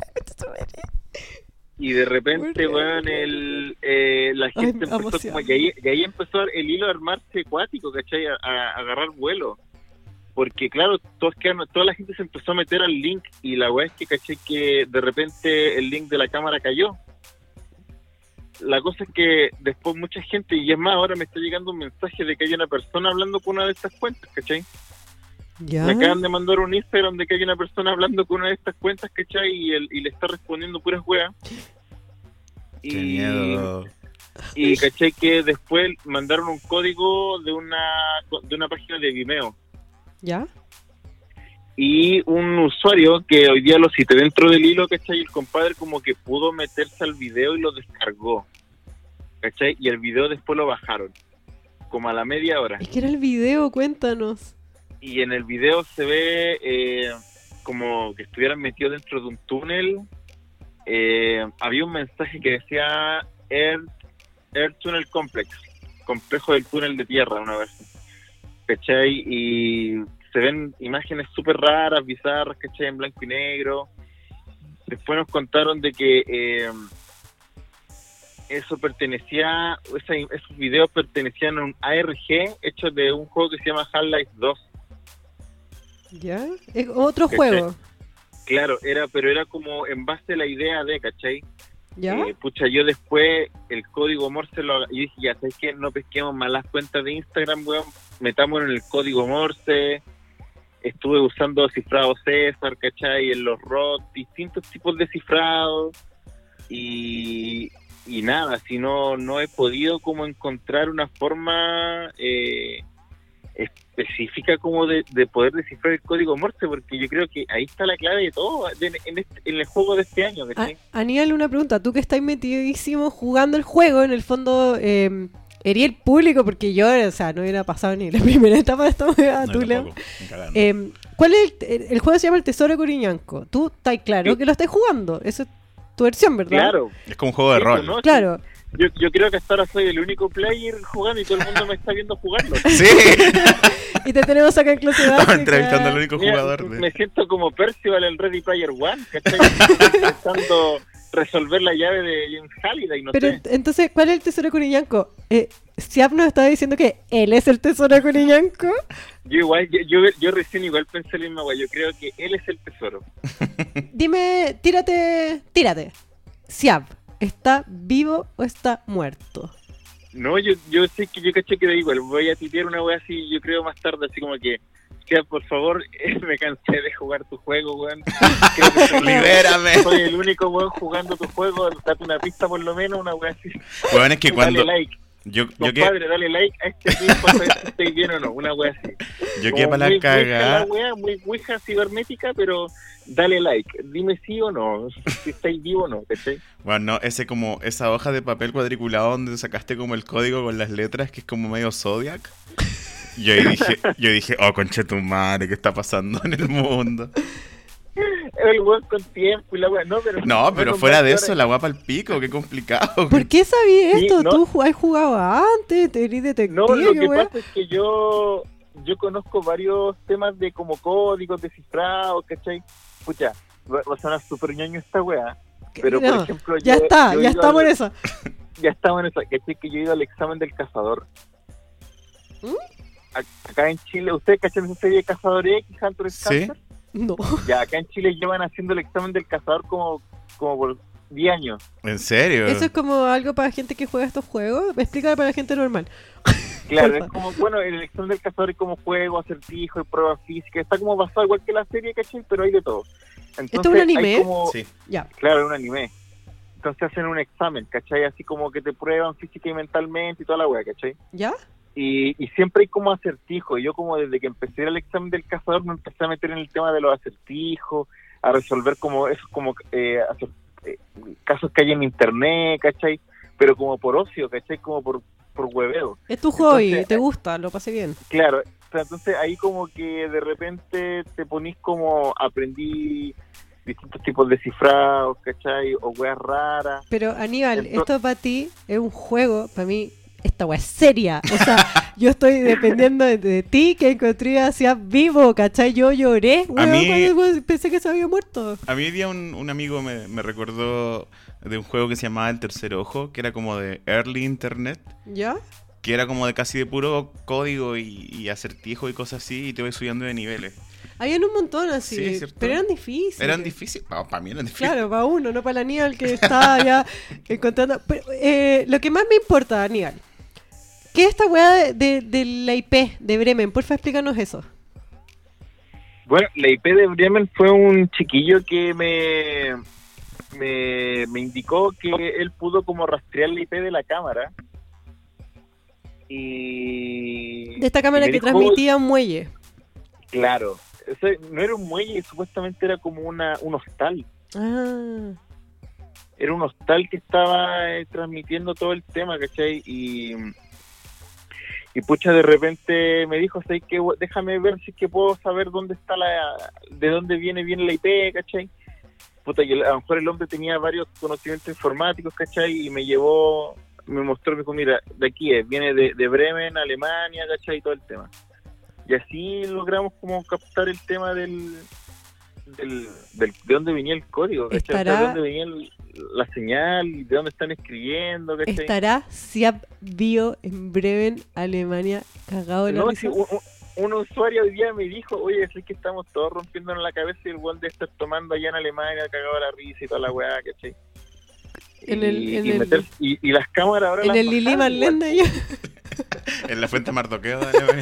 Y de repente, Muy weón, real. la gente Ay, empezó emoción. como, y ahí empezó el hilo a armarse acuático, ¿cachai? A agarrar vuelo. Porque claro, toda la gente se empezó a meter al link, y la weá es que caché que de repente el link de la cámara cayó. La cosa es que después mucha gente, y es más, ahora me está llegando un mensaje de que hay una persona hablando con una de estas cuentas, ¿cachai? ¿Ya? Me acaban de mandar un Instagram de que hay una persona hablando con una de estas cuentas, ¿cachai? Y le está respondiendo puras weas. Qué miedo. Y caché que después mandaron un código de una página de Vimeo. ¿Ya? Y un usuario que hoy día lo cité dentro del hilo, ¿cachai? El compadre como que pudo meterse al video y lo descargó, ¿cachai? Y el video después lo bajaron, como a la media hora. Es que era el video, cuéntanos. Y en el video se ve como que estuvieran metidos dentro de un túnel. Había un mensaje que decía Air Tunnel Complex, complejo del túnel de tierra, una vez, ¿cachai? Y se ven imágenes súper raras, bizarras, ¿cachai? En blanco y negro. Después nos contaron de que esos videos pertenecían a un ARG hecho de un juego que se llama Half-Life 2. ¿Ya? Es otro ¿Cachai? juego. Claro, pero era como en base a la idea de, ¿cachai? ¿Ya? Pucha, yo después el código Morse y dije, ya, ¿sabes qué? No pesquemos más las cuentas de Instagram, weón. Metámonos en el código Morse. Estuve usando cifrado César, ¿cachai? En los ROT, distintos tipos de cifrado. Y nada, si no he podido como encontrar una forma específica como de poder descifrar el código Morse, porque yo creo que ahí está la clave de todo en el juego de este año, ¿cachai? Aníbal, una pregunta. Tú que estás metidísimo jugando el juego, en el fondo, ¿erí el público? Porque yo, o sea, no hubiera pasado ni la primera etapa de esta hueá, No, tú, yo Leo. tampoco, ni cagando. ¿Cuál es el juego? Se llama El Tesoro de Coriñanco. ¿Tú estás claro Sí. que lo estás jugando? Eso tu versión, ¿verdad? Claro. Es como un juego de Sí, rol. ¿no? Claro. Yo creo que hasta ahora soy el único player jugando y todo el mundo me está viendo jugarlo. Sí. Y te tenemos acá en clase Estamos básica. entrevistando al único Mira, jugador me de... siento como Percival en Ready Player One, ¿cachai? Intentando resolver la llave de James Halliday, no Pero sé. entonces, ¿cuál es el tesoro de Cuniñanco? Siap nos estaba diciendo que él es el tesoro de Cuniñanco. Yo recién igual pensé en la misma wea. Yo creo que él es el tesoro. Dime, tírate. Siap, ¿está vivo o está muerto? No, yo sé que yo caché que da igual. Voy a titear una wea así, yo creo más tarde, así como que, por favor, me cansé de jugar tu juego, weón. Creo que Libérame. soy el único weón jugando tu juego. Date una pista por lo menos, una wea así. Bueno, es que cuando... Dale like. Yo que... Compadre, dale like a este video para ver si estáis bien o no, una wea así. Yo Como que para la muy cagada... la wea, muy ouija cibernética, pero dale like. Dime sí o no, si estáis vivo o no, ¿cachai? Bueno, no, esa hoja de papel cuadriculado donde sacaste como el código con las letras, que es como medio Zodiac. Yo dije, oh, concha tu madre, ¿qué está pasando en el mundo? El weón con tiempo y la wea, no, pero... No, pero bueno, fuera de ahora- eso, la guapa al pico, qué complicado. ¿Por qué sabías Sí, esto? no. ¿Tú has jugado antes? ¿Te eres detective? No, lo qué que wea? pasa es que yo conozco varios temas de como códigos descifrados, ¿cachai? Pucha, va a sonar súper ñoño esta wea, pero No, por ejemplo... ya está, yo he ya ido estamos al- en eso. Ya estamos en eso, ¿cachai? Que yo he ido al examen del cazador. ¿Mm? Acá en Chile, ¿ustedes cachan esa serie de Cazador X, Hunter x Sí. Hunter? No. Ya, acá en Chile llevan haciendo el examen del cazador como por 10 años. ¿En serio? Eso es como algo para gente que juega estos juegos. Explícalo para la gente normal. Claro, Porfa. es como, bueno, el examen del cazador es como juego, acertijo y pruebas físicas. Está como basado igual que la serie, ¿cachai? Pero hay de todo. Entonces, ¿Esto es un anime? hay como, Sí. Ya, claro, es un anime. Entonces hacen un examen, ¿cachai? Así como que te prueban física y mentalmente y toda la wea, ¿cachai? ¿ya? Y siempre hay como acertijos. Y yo como desde que empecé el examen del cazador me empecé a meter en el tema de los acertijos, a resolver como eso, como casos que hay en internet, ¿cachai? Pero como por ocio, ¿cachai? Como por hueveo. Es tu hobby, Entonces, te gusta, lo pasé bien. Claro, o sea, entonces ahí como que de repente te ponís como aprendí distintos tipos de cifrados, ¿cachai? O weas raras. Pero Aníbal, Entonces- esto para ti es un juego, para mí esta weá es seria. O sea, yo estoy dependiendo de ti que encontré hacia vivo, ¿cachai? Yo lloré, weón, mí- cuando pensé que se había muerto. A mí hoy día un amigo me recordó de un juego que se llamaba El Tercer Ojo, que era como de Early Internet, ¿Ya? que era como de casi de puro código y acertijo y cosas así, y te voy subiendo de niveles. Habían un montón así, Sí, ¿cierto? pero eran difíciles. ¿Eran difíciles? Para mí eran difíciles. Claro, para uno, no para la Aníbal que está ya encontrando. Pero, lo que más me importa, Aníbal, ¿qué es esta weá de la IP de Bremen? Porfa, explícanos eso. Bueno, la IP de Bremen fue un chiquillo que me indicó que él pudo como rastrear la IP de la cámara. Y... De esta cámara y me que dijo, transmitía un muelle. Claro, no era un muelle, supuestamente era como un hostal. Ah, Era un hostal que estaba transmitiendo todo el tema, ¿cachai? Y pucha, de repente me dijo, ¿sabes qué? Déjame ver si es que puedo saber dónde está de dónde viene bien la IP, ¿cachai? Puta, y a lo mejor el hombre tenía varios conocimientos informáticos, ¿cachai? Y me mostró, me dijo, mira, de aquí viene de Bremen, Alemania, ¿cachai? Y todo el tema. Y así logramos como captar el tema de dónde venía el código, ¿cachai? O sea, de dónde venía la señal, y de dónde están escribiendo, ¿cachai? ¿estará Siap Bio en Bremen, Alemania, cagado de la No, risa? sí, un usuario hoy día me dijo, oye, es que estamos todos rompiéndonos la cabeza y el weón de estar tomando allá en Alemania, cagado de la risa y toda la weá, ¿cachai? Y las cámaras ahora En las el Lili bajaron igual, Marlene allá. En la fuente Mardoqueo de Alemania.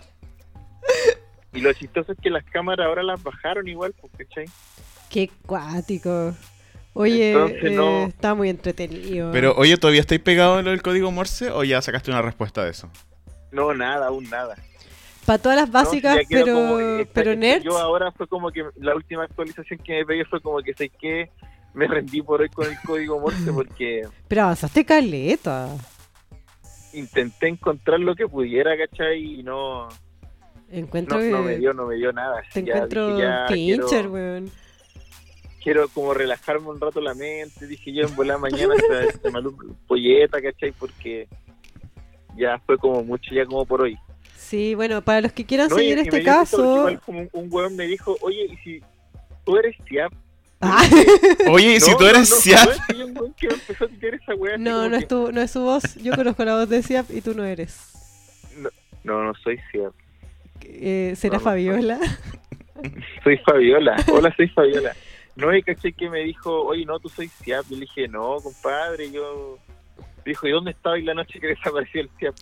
y lo chistoso es que las cámaras ahora las bajaron igual, pues, ¿cachai? Qué cuático. Oye, Entonces, no. está muy entretenido. Pero, oye, ¿todavía estáis pegados en lo del código Morse o ya sacaste una respuesta de eso? No, nada, aún nada. Para todas las básicas, No, sí, ya quiero pero como, nerds. yo ahora fue como que la última actualización que me pegué fue como que sé que me rendí por hoy con el código Morse porque Pero avanzaste caleta. intenté encontrar lo que pudiera, ¿cachai? Y no Encuentro me que dio nada. te Ya encuentro dije, ya pincher, quiero- weón. quiero como relajarme un rato la mente, dije yo en volar mañana se me polleta, ¿cachai? Porque ya fue como mucho ya como por hoy. Sí, bueno, para los que quieran No, seguir y este me dio risa porque caso... igual como un weón me dijo, oye, ¿y si tú eres Ciap? Ah, Oye, ¿y si tú eres Ciap? No, es que yo un weón que me empezó a tirar esa weá. así no, como no que, es su voz. Yo conozco la voz de Ciap y tú no eres. No soy Ciap. ¿Será No, Fabiola? Soy Fabiola. Hola, soy Fabiola. No, y caché que me dijo, oye, no, tú soy Ciap. Yo le dije, no, compadre, yo... Dijo, ¿y dónde estabas la noche que desapareció el Ciap?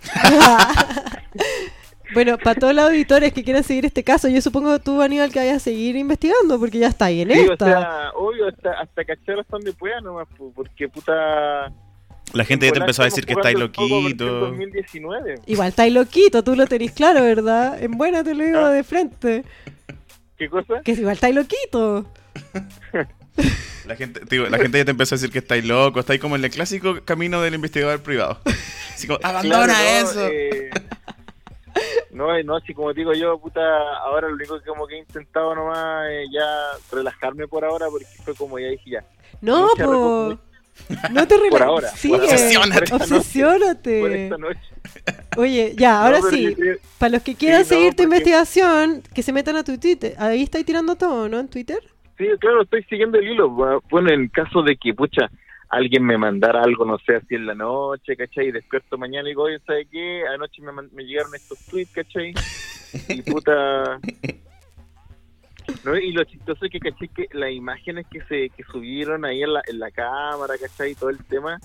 Bueno, para todos los auditores que quieran seguir este caso, yo supongo que tú, Aníbal, que vayas a seguir investigando, porque ya está ahí en Sí, esta. o sea, obvio, hasta cachar hasta donde pueda nomás, porque puta... La gente ya te empezó a decir que estáis loquito. 2019. Igual estáis loquito, tú lo tenés claro, ¿verdad? En buena te lo digo de frente. ¿Qué cosa? Que igual estáis loquito. La gente ya te empezó a decir que estáis loco, estáis como en el clásico camino del investigador privado. Así como, abandona eso. No, así como digo yo, puta, ahora lo único que como que he intentado nomás es ya relajarme por ahora, porque fue como ya dije ya. No, Mucha po. No te Por relajes. ahora. Sigue. Obsesiónate. Obsesiónate. Por esta noche. Oye, ya, ahora No, pero sí. yo creo- Para los que quieran Sí, no, seguir tu porque- investigación, que se metan a tu Twitter. Ahí estáis tirando todo, ¿no? En Twitter. Sí, claro, estoy siguiendo el hilo. Bueno, en caso de que, pucha, alguien me mandara algo, no sé, así en la noche, ¿cachai? Y despierto mañana y digo, oye, ¿sabes qué? Anoche me llegaron estos tweets, ¿cachai? Y puta... ¿No? Y lo chistoso es que, ¿cachai? Que las imágenes que subieron ahí en la cámara, ¿cachai? Y todo el tema,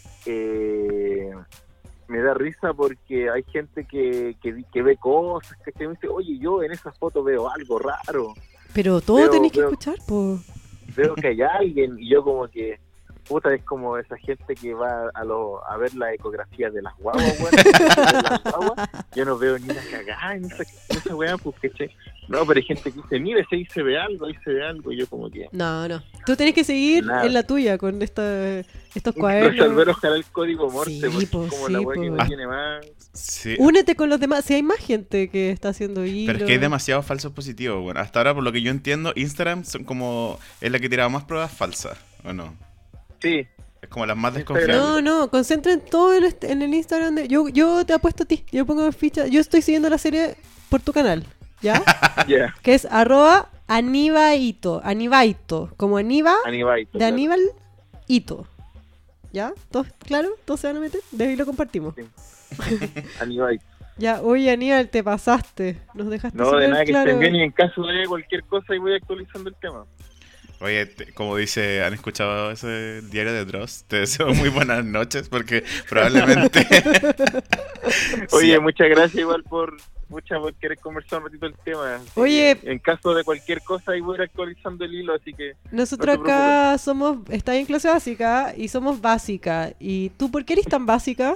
me da risa porque hay gente que ve cosas, ¿cachai? Me dice, oye, yo en esa foto veo algo raro. Pero todo Veo- tenéis que veo- escuchar, po. Veo que hay alguien y yo como que puta, es como esa gente que va a ver la ecografía de las guaguas, weón. De las guaguas. Yo no veo ni una cagada en esa weá, pues, ¿cachai? No, pero hay gente que dice, mire, ahí se ve algo, y yo como que... No. Tú tenés que seguir Nada. en la tuya con estos Resolver cuadernos. ojalá el código Morse, Sí, porque es pues, como sí, la weá que pues. no tiene más... Sí. Únete con los demás. Si hay más gente que está haciendo hilo. Pero es que hay demasiados falsos positivos. Bueno, hasta ahora, por lo que yo entiendo, Instagram es la que tiraba más pruebas falsas, ¿o no? Sí, Es como las más Instagram. desconfiables. No, concentren todo en el Instagram de... Yo te apuesto a ti, yo pongo ficha. Yo estoy siguiendo la serie por tu canal, ¿ya? ya, Que es @Anibaito, como Aniba Aníbal. de Aníbal Ito. ¿Ya? ¿Todos claro? ¿Todos se van a meter? De ahí lo compartimos. Aníbal. Ya, oye Aníbal, te pasaste. Nos dejaste No, de súper nada, que claro. estén bien y en caso de cualquier cosa y voy actualizando el tema. Oye, como dice, ¿han escuchado ese diario de Dross? Te deseo muy buenas noches porque probablemente... Oye, Sí. muchas gracias igual por querer conversar un ratito el tema. Así Oye. que, en caso de cualquier cosa ahí voy a ir actualizando el hilo, así que Nosotros No te acá estás en clase básica y somos básica. ¿Y tú por qué eres tan básica?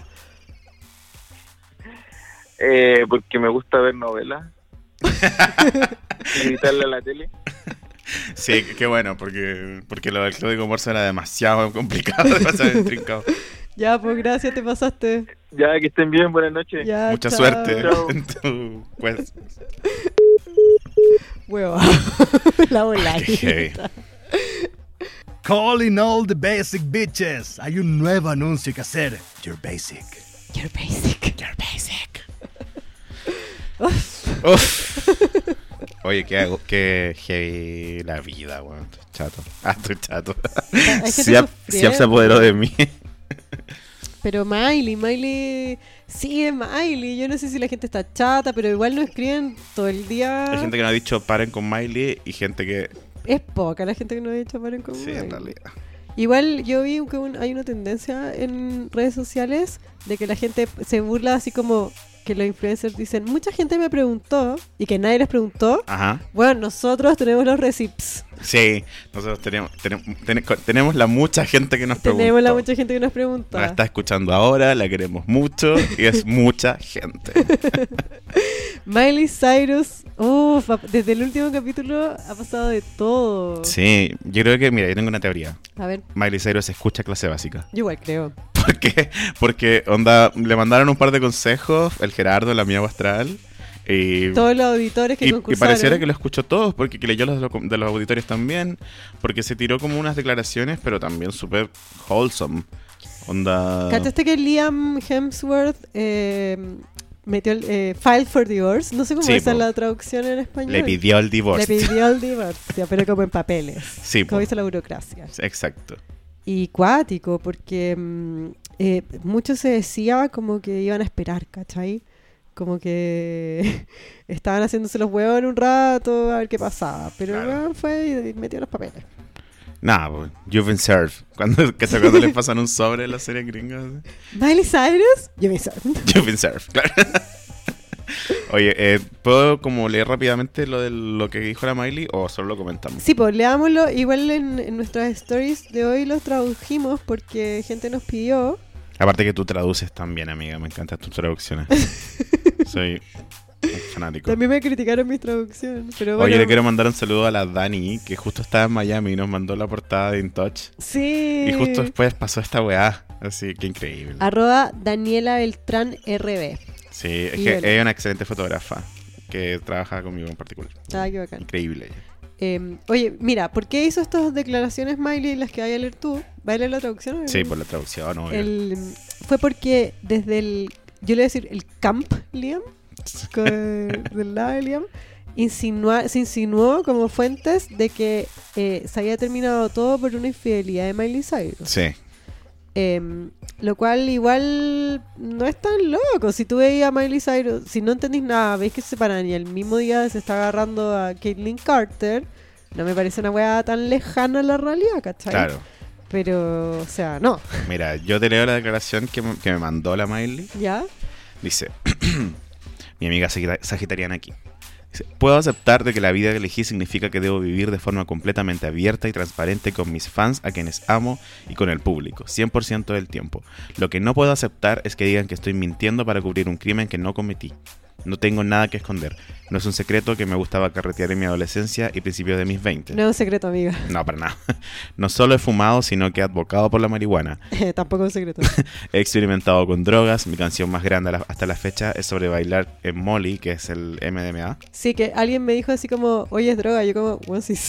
porque me gusta ver novelas y gritarle a la tele. Sí, qué bueno, porque lo del código Morse era demasiado complicado, demasiado intrincado. Ya, pues gracias, te pasaste. Ya, que estén bien, buenas noches. Ya, Mucha chao. suerte Chao. en tu pues. Hueva. La bola. Qué heavy. Calling all the basic bitches. Hay un nuevo anuncio que hacer. You're basic. You're basic. You're basic. Uf. Oye, qué heavy la vida, weón. Estoy chato. Estoy chato. Hay gente Siap se sufriendo. apoderó de mí. Pero Miley, sí es Miley. Yo no sé si la gente está chata, pero igual no escriben todo el día. Hay gente que no ha dicho paren con Miley y gente que... Es poca la gente que no ha dicho paren con Sí, Miley. en realidad. Igual yo vi que hay una tendencia en redes sociales de que la gente se burla así como que los influencers dicen, mucha gente me preguntó y que nadie les preguntó. Ajá. Bueno, nosotros tenemos los receipts. Sí, nosotros tenemos la mucha gente que nos pregunta. Tenemos la mucha gente que nos pregunta. Nos está escuchando ahora, la queremos mucho y es mucha gente. Miley Cyrus, desde el último capítulo ha pasado de todo. Sí, yo creo que, mira, yo tengo una teoría. A ver, Miley Cyrus escucha clase básica. yo igual creo. ¿Por qué? Porque, onda, le mandaron un par de consejos, el Gerardo, la mía astral, Y, Todos los auditores que y concursaron. pareciera que lo escuchó todos, porque que leyó de los auditores también, porque se tiró como unas declaraciones, pero también súper wholesome. Onda... ¿Cachaste que Liam Hemsworth metió el File for Divorce? No sé cómo Sí, es po. la traducción en español. Le pidió el Le divorcio. pidió el divorcio, pero como en papeles. Sí, Como po. dice la burocracia. Exacto. Y cuático, porque mucho se decía como que iban a esperar, ¿cachai? Como que estaban haciéndose los huevos en un rato a ver qué pasaba. Pero Claro. bueno, fue y metió los papeles. Nada, pues, you've been served. Cuando les pasan un sobre en la serie gringa. Miley Cyrus, yo me sé. You've been served, claro. Oye, ¿puedo como leer rápidamente lo de lo que dijo la Miley o solo lo comentamos? Sí, pues leámoslo. Igual en nuestras stories de hoy los tradujimos porque gente nos pidió. Aparte que tú traduces también, amiga. Me encantan tus traducciones. Soy un fanático. También me criticaron mis traducciones. Pero bueno, Oye, le quiero mandar un saludo a la Dani, que justo estaba en Miami y nos mandó la portada de In Touch. sí. Y justo después pasó esta weá. Así que increíble. Daniela Beltrán RB. Sí, es Y que bueno. ella es una excelente fotógrafa que trabaja conmigo en particular. Ah, qué bacán. Increíble ella. Oye, mira, ¿por qué hizo estas declaraciones Miley las que vaya a leer tú? ¿Va a leer la traducción? Sí, por la traducción, obvio. Fue porque desde yo le voy a decir el camp Liam, del lado de Liam, se insinuó como fuentes de que se había terminado todo por una infidelidad de Miley Cyrus. Sí, Lo cual igual no es tan loco. Si tú veías a Miley Cyrus, si no entendís nada, veis que se separan y el mismo día se está agarrando a Caitlyn Carter, no me parece una weá tan lejana a la realidad, ¿cachai? claro. Pero, o sea, no. Mira, yo te leo la declaración que me mandó la Miley. ¿Ya? Dice, mi amiga sagitariana aquí. Dice, puedo aceptar de que la vida que elegí significa que debo vivir de forma completamente abierta y transparente con mis fans, a quienes amo, y con el público, 100% del tiempo. Lo que no puedo aceptar es que digan que estoy mintiendo para cubrir un crimen que no cometí. No tengo nada que esconder. No es un secreto que me gustaba carretear en mi adolescencia y principios de mis 20. No es un secreto, amiga. No, para nada. No solo he fumado, sino que he advocado por la marihuana. Tampoco es un secreto. He experimentado con drogas. Mi canción más grande hasta la fecha es sobre bailar en Molly, que es el MDMA. Sí, que alguien me dijo así como, oye, es droga. Yo como, bueno, sí.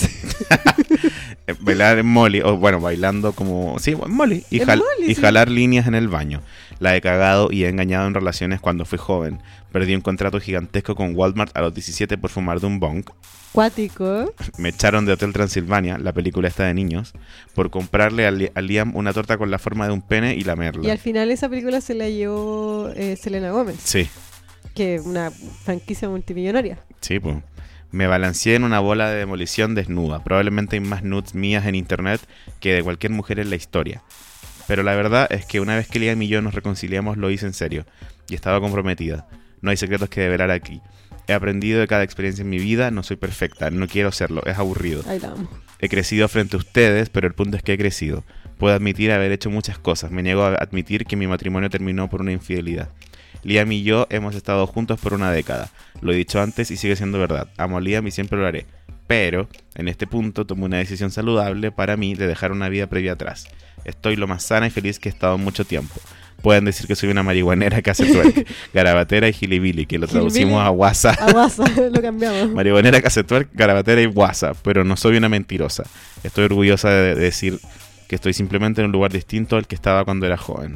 Bailar en Molly, o bueno, bailando como... Sí, en Molly. Y, En Molly, sí. jalar líneas en el baño. La he cagado y he engañado en relaciones cuando fui joven. Perdí un contrato gigantesco con Walmart a los 17 por fumar de un bong. Cuático. Me echaron de Hotel Transilvania, la película esta de niños, por comprarle a Liam una torta con la forma de un pene y lamerla. Y al final esa película se la llevó Selena Gómez, Sí, que es una franquicia multimillonaria. sí, pues. Me balanceé en una bola de demolición desnuda. Probablemente hay más nudes mías en internet que de cualquier mujer en la historia. Pero la verdad es que una vez que Liam y yo nos reconciliamos lo hice en serio. Y estaba comprometida. No hay secretos que develar aquí. He aprendido de cada experiencia en mi vida. No soy perfecta, no quiero serlo, es aburrido. Ahí la amo. He crecido frente a ustedes, pero el punto es que he crecido. Puedo admitir haber hecho muchas cosas. Me niego a admitir que mi matrimonio terminó por una infidelidad. Liam y yo hemos estado juntos por una década. Lo he dicho antes y sigue siendo verdad. Amo a Liam y siempre lo haré. Pero, en este punto, tomé una decisión saludable para mí de dejar una vida previa atrás. Estoy lo más sana y feliz que he estado en mucho tiempo. Pueden decir que soy una marihuanera que hace twerk, garabatera y gilibili, que lo traducimos a WhatsApp. A WhatsApp lo cambiamos. Marihuanera que hace twerk, garabatera y WhatsApp, pero no soy una mentirosa. Estoy orgullosa de decir que estoy simplemente en un lugar distinto al que estaba cuando era joven.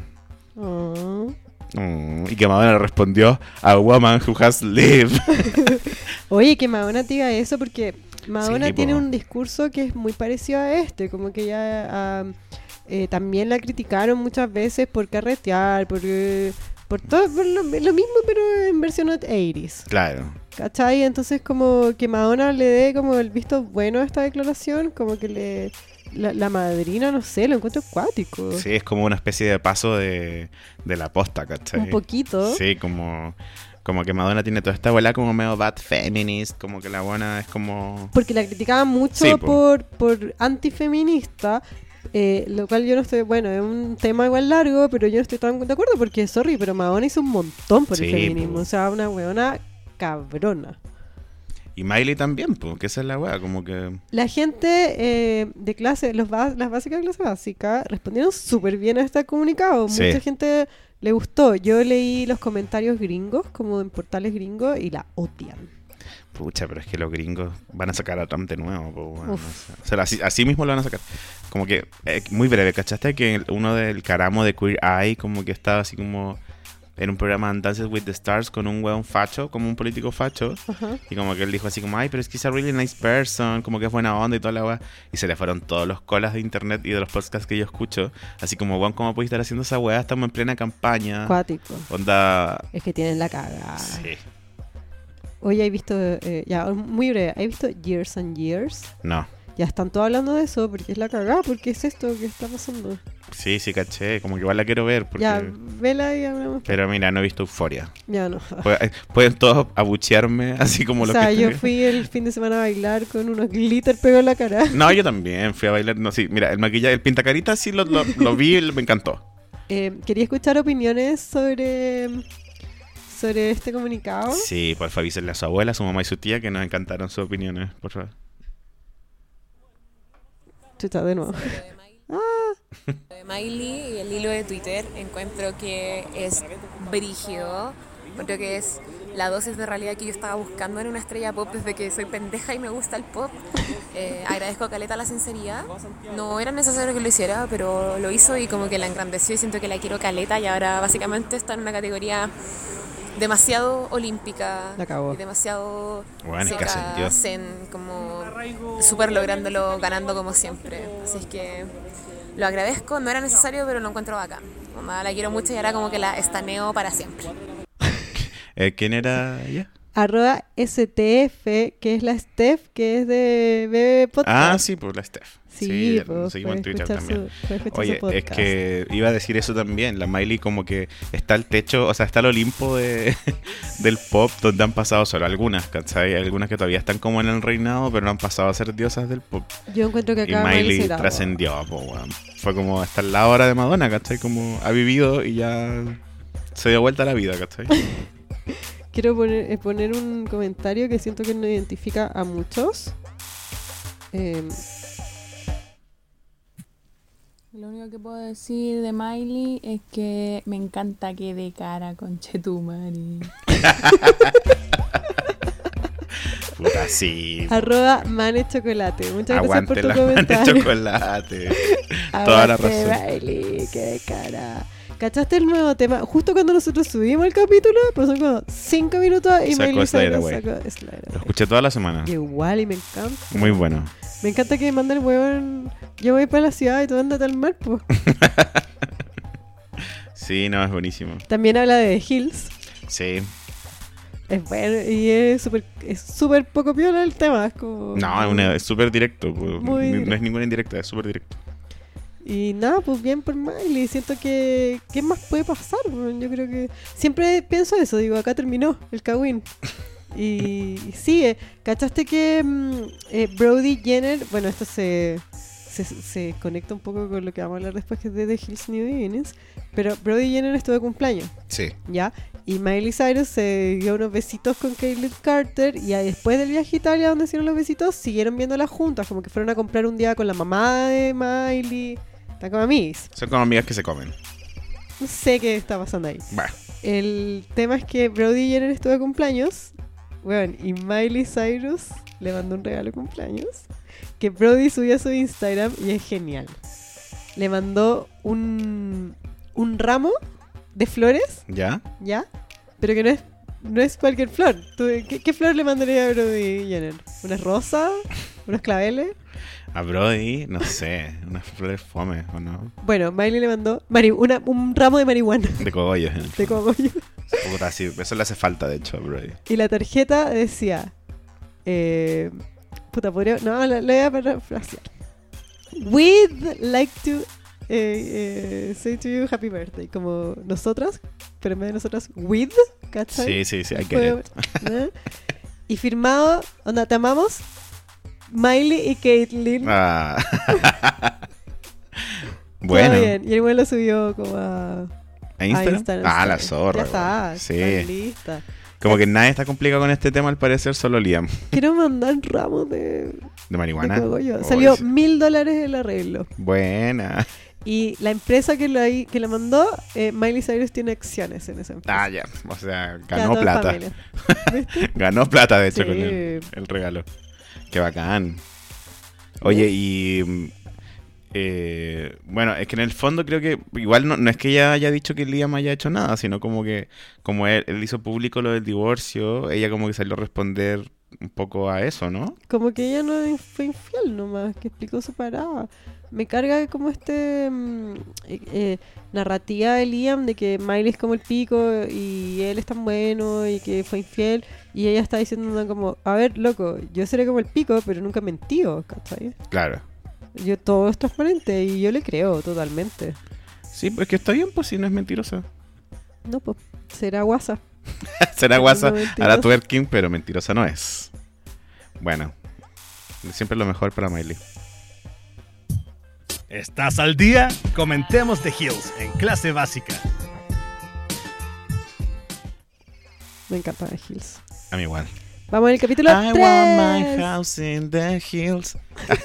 Oh. Y que Madonna respondió, a woman who has lived. Oye, que Madonna diga eso porque Madonna Sí, tiene po. un discurso que es muy parecido a este, como que ella también la criticaron muchas veces por carretear, por todo, por lo mismo pero en versión 80s, Claro. ¿cachai? Entonces como que Madonna le dé como el visto bueno a esta declaración, como que la madrina, no sé, lo encuentro acuático. Sí, es como una especie de paso de la posta, ¿cachai? Un poquito. Sí, como que Madonna tiene toda esta bola como medio bad feminist, como que la buena es como... Porque la criticaban mucho Sí, po. por antifeminista, lo cual yo no estoy, bueno, es un tema igual largo, pero yo no estoy tan de acuerdo porque, sorry, pero Madonna hizo un montón por el Sí, feminismo, po. o sea, una weona cabrona. Y Miley también, pues, que esa es la wea, como que... La gente de clase, las básicas de clase básica, respondieron súper bien a este comunicado. Sí. Mucha gente le gustó. Yo leí los comentarios gringos, como en portales gringos, y la odian. Pucha, pero es que los gringos van a sacar a Trump de nuevo. Po, bueno, Uf. o sea, así mismo lo van a sacar. Como que, muy breve, ¿cachaste? Que uno del caramo de Queer Eye, como que estaba así como en un programa en Dances with the Stars con un weón facho, como un político facho. Ajá. Y como que él dijo así como, ay, pero es que es a really nice person, como que es buena onda y toda la weá. Y se le fueron todos los colas de internet y de los podcasts que yo escucho. Así como, weón, ¿cómo puedes estar haciendo esa weá? Estamos en plena campaña. Acuático. Onda... Es que tienen la cagada. Sí. Oye, ¿has visto, ya, muy breve, ¿has visto Years and Years? No. Ya están todos hablando de eso, porque es la cagada, porque es esto que está pasando. Sí, caché. Como que igual la quiero ver. Porque... Ya, vela y hablamos. Pero mira, no he visto Euforia. Ya no. Pueden todos abuchearme así como O lo sea, que yo fui el fin de semana a bailar con unos glitter pegado en la cara. No, yo también fui a bailar. No, sí, mira, el maquillaje, el pintacarita sí lo vi y me encantó. Quería escuchar opiniones sobre este comunicado. Sí, por favor, avísenle a su abuela, a su mamá y su tía que nos encantaron sus opiniones, por favor. Chucha, de nuevo. De Miley y el hilo de Twitter encuentro que es brígido, encuentro que es la dosis de realidad que yo estaba buscando en una estrella pop desde que soy pendeja y me gusta el pop. Agradezco a Caleta la sinceridad, no era necesario que lo hiciera, pero lo hizo y como que la engrandeció y siento que la quiero Caleta y ahora básicamente está en una categoría demasiado olímpica La cagó. y demasiado Bueno, es que ascendió. zen, como súper lográndolo, ganando como siempre. Así es que lo agradezco, no era necesario, pero lo encuentro bacán. Mamá, la quiero mucho y ahora como que la estaneo para siempre. ¿Quién era ella? @STF, que es la Steph, que es de Bebe Podcast. Ah, sí, pues la Steph. Sí, lo pues, seguimos en puedes Twitter escuchar también. puedes escuchar Oye, su podcast. es que iba a decir eso también. La Miley como que está al techo, o sea, está al Olimpo del pop donde han pasado solo algunas, ¿cachai? Algunas que todavía están como en el reinado, pero no han pasado a ser diosas del pop. Yo encuentro que Y acá Miley se grabó. trascendió, po, weón. Fue como hasta la hora de Madonna, ¿cachai? Como ha vivido y ya se dio vuelta a la vida, ¿cachai? Quiero poner un comentario que siento que nos identifica a muchos. Lo único que puedo decir de Miley es que me encanta que de cara con Chetumari. Puta, sí. @manechocolate. Muchas Aguante gracias por la tu mano de comentario. chocolate. Toda la Aguante, razón. Miley, qué de cara. ¿Cachaste el nuevo tema? Justo cuando nosotros subimos el capítulo, pasaron como 5 minutos y Sacó Miley Slide Cyrus Away. sacó Slide Lo Away. escuché toda la semana. Y igual, y me encanta. Muy bueno. Me encanta que manda el huevón. Yo voy para la ciudad y tú andas al mar, pues. Sí, no, es buenísimo. También habla de The Hills. Sí. Es bueno y es súper poco piola el tema. Es como... No, es súper directo. Muy No directo. es ninguna indirecta, es súper directo. Y nada, pues bien por Miley. Siento que... ¿Qué más puede pasar? Bueno, yo creo que... Siempre pienso eso. Digo, acá terminó el Kawin. Y sigue. ¿Cachaste que Brody Jenner... Bueno, esto se conecta un poco con lo que vamos a hablar después, que es de The Hills New Beginnings. Pero Brody Jenner estuvo de cumpleaños, Sí. ¿ya? Y Miley Cyrus se dio unos besitos con Caitlyn Carter. Y después del viaje a Italia donde hicieron los besitos, siguieron viéndolas juntas. Como que fueron a comprar un día con la mamá de Miley. Están como amigas. Son como amigas que se comen. No sé qué está pasando ahí. Bueno, El tema es que Brody Jenner estuvo de cumpleaños. Bueno, y Miley Cyrus le mandó un regalo de cumpleaños que Brody subió a su Instagram y es genial. Le mandó un ramo de flores, ¿ya? ¿ya? Pero que no es cualquier flor. ¿Qué flor le mandaría a Brody Jenner? ¿Unas rosas? ¿Unos claveles? A Brody, no sé, unas flores fome, ¿o no? Bueno, Miley le mandó un ramo de marihuana. De cogollos. En el De fondo. cogollo. Puta, sí, eso le hace falta, de hecho, a Brody. Y la tarjeta decía... puta, podría... No, le voy a parafrasear. We'd like to say to you happy birthday. Como nosotras, pero en vez de nosotras, with, ¿cachai? Sí, I get it. ¿No? Y firmado, onda, te amamos, Miley y Caitlyn. Ah. Todo Bueno, bien. Y el güey lo subió como ¿a Instagram? Instagram Ah, la Story. zorra. Ya está, güey. Sí. está lista. Como que nadie está complicado con este tema, al parecer, solo Liam. Quiero mandar ramos de De marihuana. cogollo. Oh, Salió sí. $1,000 el arreglo. Buena. Y la empresa que la mandó, Miley Cyrus tiene acciones en esa empresa. Ah, ya. O sea, Queda ganó todo en plata. familia. Ganó plata, de hecho, Sí. con el regalo. Qué bacán. Oye, y... bueno, es que en el fondo creo que igual no es que ella haya dicho que Liam haya hecho nada, sino como que como él hizo público lo del divorcio, ella como que salió a responder un poco a eso, ¿no? Como que ella no fue infiel nomás, que explicó su parada. Me carga como narrativa de Liam de que Miley es como el pico y él es tan bueno y que fue infiel. Y ella está diciendo como, a ver, loco, yo seré como el pico, pero nunca he mentido, ¿cachai? Claro. Yo todo es transparente y yo le creo totalmente. Sí, pues que está bien, pues si no es mentirosa. No, pues, será guasa. Será guasa, No, mentirosa. hará twerking, pero mentirosa no es. Bueno, siempre lo mejor para Miley. ¿Estás al día? Comentemos The Hills en clase básica. Me encanta de Hills. A mí igual. Vamos al capítulo I 3. want my house in the hills.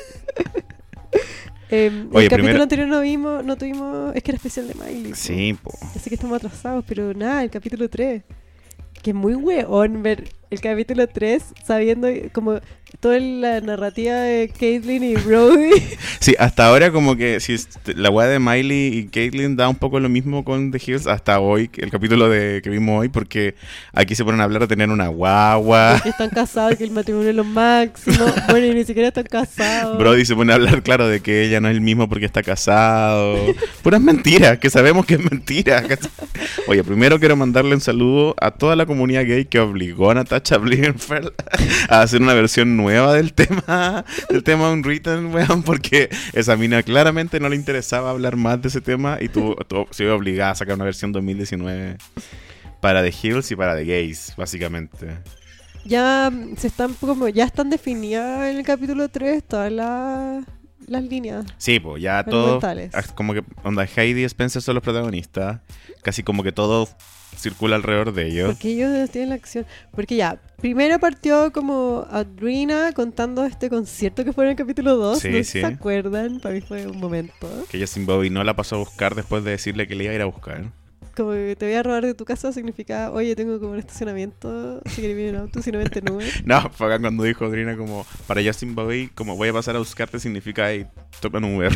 El Oye, capítulo primero- anterior no tuvimos... Es que era especial de Miley. po. Sí, po. Así que estamos atrasados, pero nada, el capítulo 3. Que es muy weón ver el capítulo 3 sabiendo como toda la narrativa de Caitlyn y Brody. Sí, hasta ahora como que si la weá de Miley y Caitlyn da un poco lo mismo con The Hills hasta hoy, el capítulo que vimos hoy, porque aquí se ponen a hablar de tener una guagua. Que están casados, que el matrimonio es lo máximo. Bueno, y ni siquiera están casados. Brody se pone a hablar, claro, de que ella no es el mismo porque está casado. Puras mentiras, que sabemos que es mentira. ¿Cachai? Oye, primero quiero mandarle un saludo a toda la comunidad gay que obligó a Natasha Blinkenfeld a hacer una versión nueva del tema Unwritten, weón, porque esa mina claramente no le interesaba hablar más de ese tema y se vio obligada a sacar una versión 2019 para The Hills y para The Gays, básicamente. Ya ya están definidas en el capítulo 3 todas las líneas. Sí, pues ya todo, Argumentales. como que onda Heidi y Spencer son los protagonistas, casi como que todo circula alrededor de ellos. Porque ellos tienen la acción. Porque ya, primero partió como Adrina contando este concierto que fue en el capítulo 2. Sí, no sé sí. si se acuerdan, para mí fue un momento. Que Justin Bobby no la pasó a buscar después de decirle que le iba a ir a buscar. Como que te voy a robar de tu casa significa, oye, tengo como un estacionamiento, si quieres venir en auto, si no vente nube. No, fue acá cuando dijo Adrina como, para Justin Bobby, como voy a pasar a buscarte significa, hey, toca un Uber.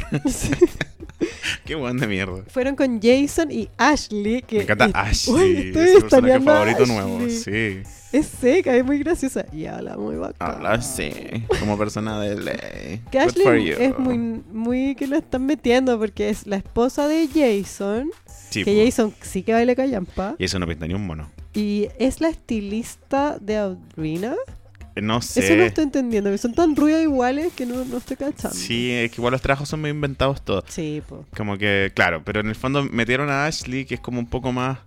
Qué buen de mierda. Fueron con Jason y Ashley. Que Me encanta Uy, Ashley, estoy es mi personaje estaneando a favorito Ashley. nuevo, sí. Es seca, es muy graciosa. Y habla muy bacán. Habla así, como persona de ley. Que Good for Ashley you. es muy que lo están metiendo porque es la esposa de Jason. Sí, Que po. Jason sí que baila callampa. Y eso no pinta ni un mono. Y es la estilista de Audrina. No sé. Eso no estoy entendiendo. Que son tan ruidas iguales que no estoy cachando. Sí, es que igual los trabajos son medio inventados todos. Sí, po. Como que, claro, pero en el fondo metieron a Ashley, que es como un poco más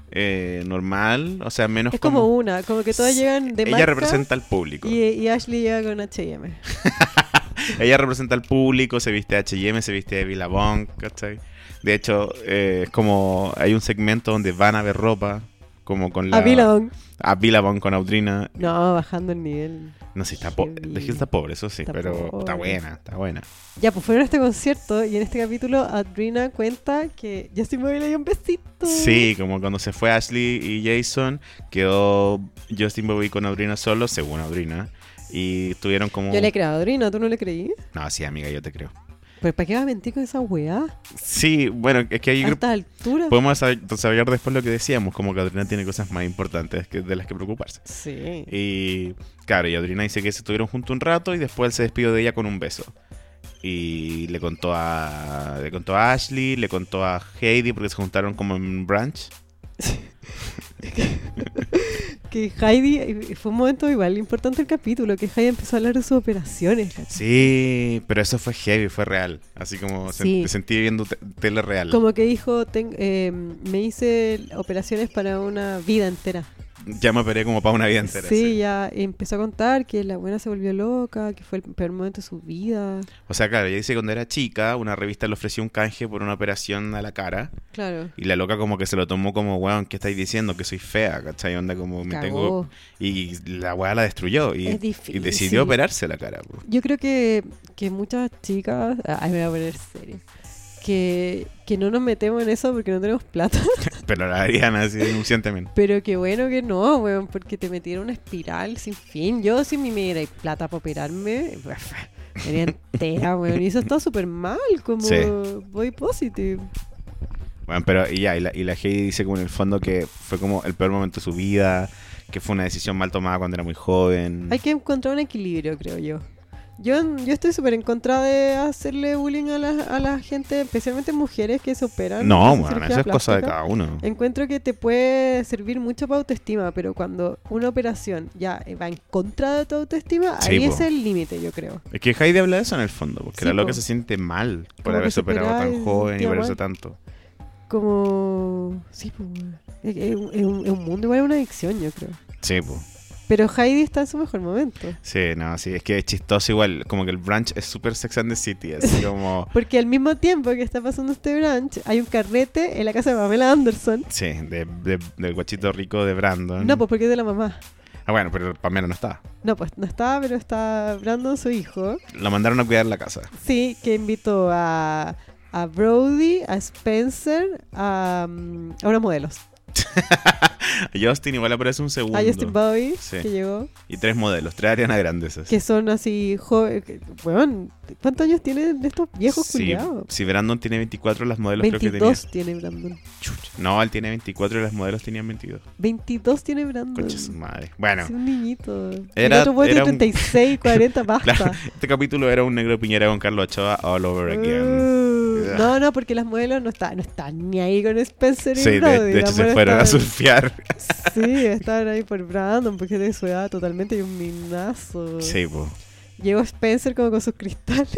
normal, o sea, menos Es como como que todas llegan de ella marca representa al público. y Ashley llega con H&M. Ella representa al público, se viste de H&M, se viste de Billabong, ¿cachai? De hecho, es como hay un segmento donde van a ver ropa, como con la... A Billabong. A Billabong con Audrina. No, bajando el nivel. No sé, está Heavy. The Hills está pobre, eso sí, Está pero pobre. está buena, está buena. Ya, pues fueron a este concierto y en este capítulo Adrina cuenta que Justin Bobby le dio un besito. Sí, como cuando se fue Ashley y Jason, quedó Justin Bobby con Audrina solo, según Audrina, y tuvieron como... Yo le creo a Adrina, ¿tú no le creí? No, sí, amiga, yo te creo. Pues ¿para qué vas a mentir con esa weá? Sí, bueno, es que hay A estas alturas. podemos saber después lo que decíamos, como que Adriana tiene cosas más importantes de las que preocuparse. Sí. Y claro, y Adriana dice que se estuvieron juntos un rato y después él se despidió de ella con un beso. Y le contó a Ashley, le contó a Heidi porque se juntaron como en brunch. Que Heidi, fue un momento igual importante el capítulo, que Heidi empezó a hablar de sus operaciones. ¿cachai? Sí, pero eso fue heavy, fue real. Así como Sí. te sentí viendo tele real. Como que dijo, me hice operaciones para una vida entera. Ya me operé como para una vida entera. Sí, sí. ya empezó a contar que la buena se volvió loca, que fue el peor momento de su vida. O sea, claro, ella dice que cuando era chica, una revista le ofreció un canje por una operación a la cara. Claro. Y la loca como que se lo tomó como, weón, ¿qué estáis diciendo? Que soy fea, ¿cachai? Onda como me Cagó. tengo... Y la weá la destruyó. Y, Es difícil. y decidió operarse la cara. Po. Yo creo que muchas chicas, ay, me voy a poner serio, que no nos metemos en eso porque no tenemos plata. Pero la harían así denunciantemente. Pero qué bueno que no, weón, porque te metieron una espiral sin fin. Yo, si me diera plata para operarme, sería entera, weón. Y eso está súper mal, como Sí. voy positive. Bueno, pero y la Heidi dice como en el fondo que fue como el peor momento de su vida, que fue una decisión mal tomada cuando era muy joven. Hay que encontrar un equilibrio, creo yo. Yo estoy súper en contra de hacerle bullying a la gente, especialmente mujeres que se operan. No, que hacen bueno, cirugía eso es cosa de plástica. cada uno. Encuentro que te puede servir mucho para autoestima, pero cuando una operación ya va en contra de tu autoestima, Sí, ahí po. es el límite, yo creo. Es que Heidi habla de eso en el fondo, porque Sí, la loca po. se siente mal por Como que haberse se operado operaba tan y joven y sentía por eso mal. tanto. Como... Sí, pues, es un mundo igual, es una adicción, yo creo. Sí, pues. Pero Heidi está en su mejor momento. Sí, no, sí, es que es chistoso igual, como que el brunch es súper Sex and the City, así como... Porque al mismo tiempo que está pasando este brunch, hay un carrete en la casa de Pamela Anderson. Sí, del guachito rico de Brandon. No, pues porque es de la mamá. Ah, bueno, pero Pamela no está. No, pues no está, pero está Brandon, su hijo. Lo mandaron a cuidar la casa. Sí, que invitó a Brody, a Spencer, a unos modelos. Justin igual aparece un segundo. A Justin Bobby, Sí. que llegó. Y 3 modelos, 3 Ariana Grandes. Que son así jóvenes. Bueno, ¿cuántos años tienen estos viejos Sí, culiados? si Brandon tiene 24, las modelos creo que 22 tiene Brandon. tenían... No, él tiene 24 y las modelos tenían 22. 22 tiene Brandon. Concha su madre. Bueno, Es un niñito. Era- El otro puede era tener un- 36, 40, basta. claro, este capítulo era un negro Piñera con Carlos Ochoa all over again. No, porque las modelos no están ni ahí con Spencer y Sí, Brody. de hecho Las se modelos fueron a estaban- surfear. Sí, estaban ahí por Brandon, porque es de su edad totalmente y un minazo. Sí, pues. Llegó Spencer como con sus cristales.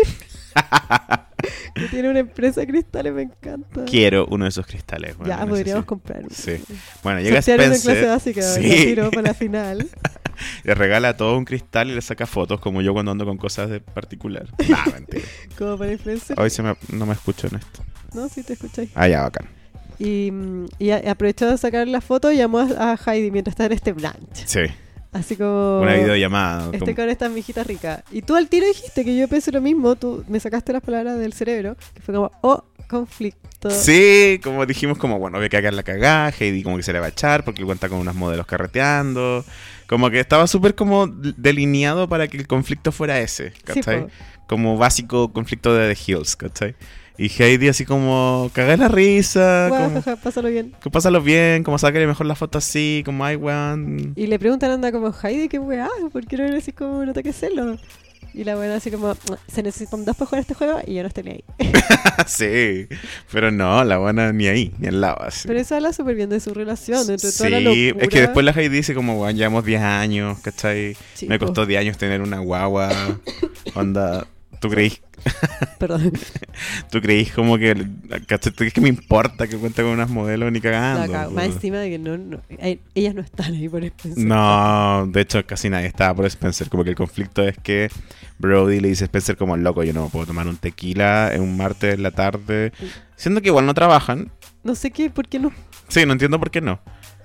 Que tiene una empresa de cristales, me encanta. Quiero uno de esos cristales. Bueno, Ya, no sé podríamos si- comprar uno. Sí. Bueno, llega Sortear uno en Spencer. clase básica, Sí. lo tiro para la final. Le regala todo un cristal y le saca fotos como yo cuando ando con cosas de particular. Nah, mentira. Como para influencer. Hoy no me escucho en esto. No, sí te escucháis. Ah, ya, bacán. Y aprovechó de sacar la foto y llamó a Heidi mientras estaba en este brunch. Sí, Así como... una videollamada. Estoy con estas mijitas ricas. Y tú al tiro dijiste que yo pensé lo mismo. Tú me sacaste las palabras del cerebro. Que fue como, conflicto. Sí, como dijimos, como bueno, había que hacer la cagada, Heidi como que se le va a echar porque él cuenta con unas modelos carreteando. Como que estaba súper como delineado para que el conflicto fuera ese, Sí, ¿cachai? po. Como básico conflicto de The Hills, ¿cachai? Y Heidi así como, cagá la risa, Guau, como, jaja, pásalo bien. que pásalo bien, como sácale mejor la foto así, como ay, weón. Y le preguntan, anda como, Heidi, qué weá, ¿por qué no eres así como un ataque celo? Y la buena así como, se necesitan 2 para jugar este juego y yo no estoy ni ahí. Sí, pero no, la buena ni ahí, ni al lado, así. Pero eso habla súper bien de su relación, dentro de Sí, toda la locura. es que después la Heidi dice como, weón, llevamos 10 años, ¿cachai? Sí, Me po. costó 10 años tener una guagua, onda, ¿tú Perdón, creís como que, ¿cachai? ¿Tú crees que me importa que cuente con unas modelos ni la cagando? cago. Más encima de que ellas no están ahí por Spencer. No, de hecho casi nadie estaba por Spencer, como que el conflicto es que Brody le dice a Spencer como, loco, yo no me puedo tomar un tequila en un martes en la tarde, siendo que igual no trabajan. No sé qué, ¿por qué no? Sí, no entiendo por qué no.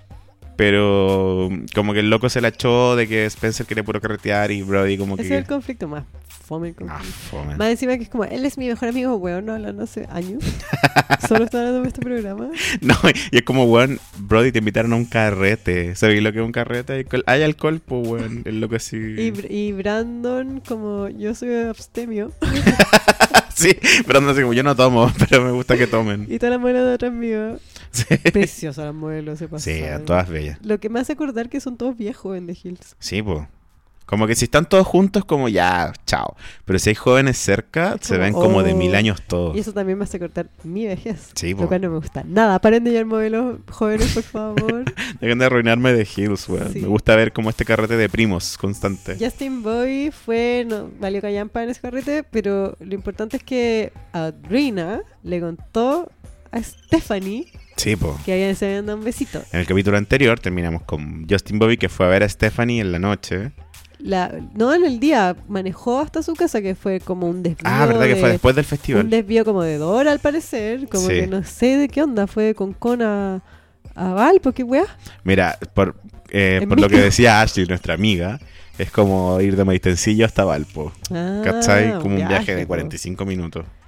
Pero como que el loco se la echó de que Spencer quería puro carretear y Brody como Ese que... es el conflicto más fome. el Ah, conflicto. fome. Más encima que es como, él es mi mejor amigo, weón, no hablando hace años. Solo está hablando de este programa. No, y es como, weón, Brody, te invitaron a un carrete. ¿Sabes lo que es un carrete? Hay alcohol, pues, weón. El loco así... Y Brandon, como yo soy abstemio, Sí, pero no sé, como yo no tomo, pero me gusta que tomen. y todas las modelos de atrás mío. Sí, Preciosa las modelos, se sí, pasaron. todas bellas. Lo que me hace acordar que son todos viejos en The Hills. Sí, pues. Como que si están todos juntos, como ya, chao. Pero si hay jóvenes cerca, Es se como, ven como de oh. 1000 años todos. Y eso también me hace cortar mi vejez. Sí, po. Lo cual no me gusta nada. Paren de llevar modelos jóvenes, por favor. Dejen de arruinarme de Hills, weón. Sí. Me gusta ver como este carrete de primos constante. Justin Boy valió callampa en ese carrete, pero lo importante es que Adrina le contó a Stephanie Sí, po. que se habían dado un besito. En el capítulo anterior terminamos con Justin Bobby que fue a ver a Stephanie en la noche. No en el día, manejó hasta su casa, que fue como un desvío. Ah, ¿verdad que fue después del Un festival? desvío como de Dora, al parecer. Como Sí. que no sé de qué onda. Fue con a Valpo, qué weá. Mira, por En lo que micro. decía Ashley, nuestra amiga, es como ir de Maitencillo hasta Valpo. Ah, ¿Cachai? Como un viaje de po. 45 minutos.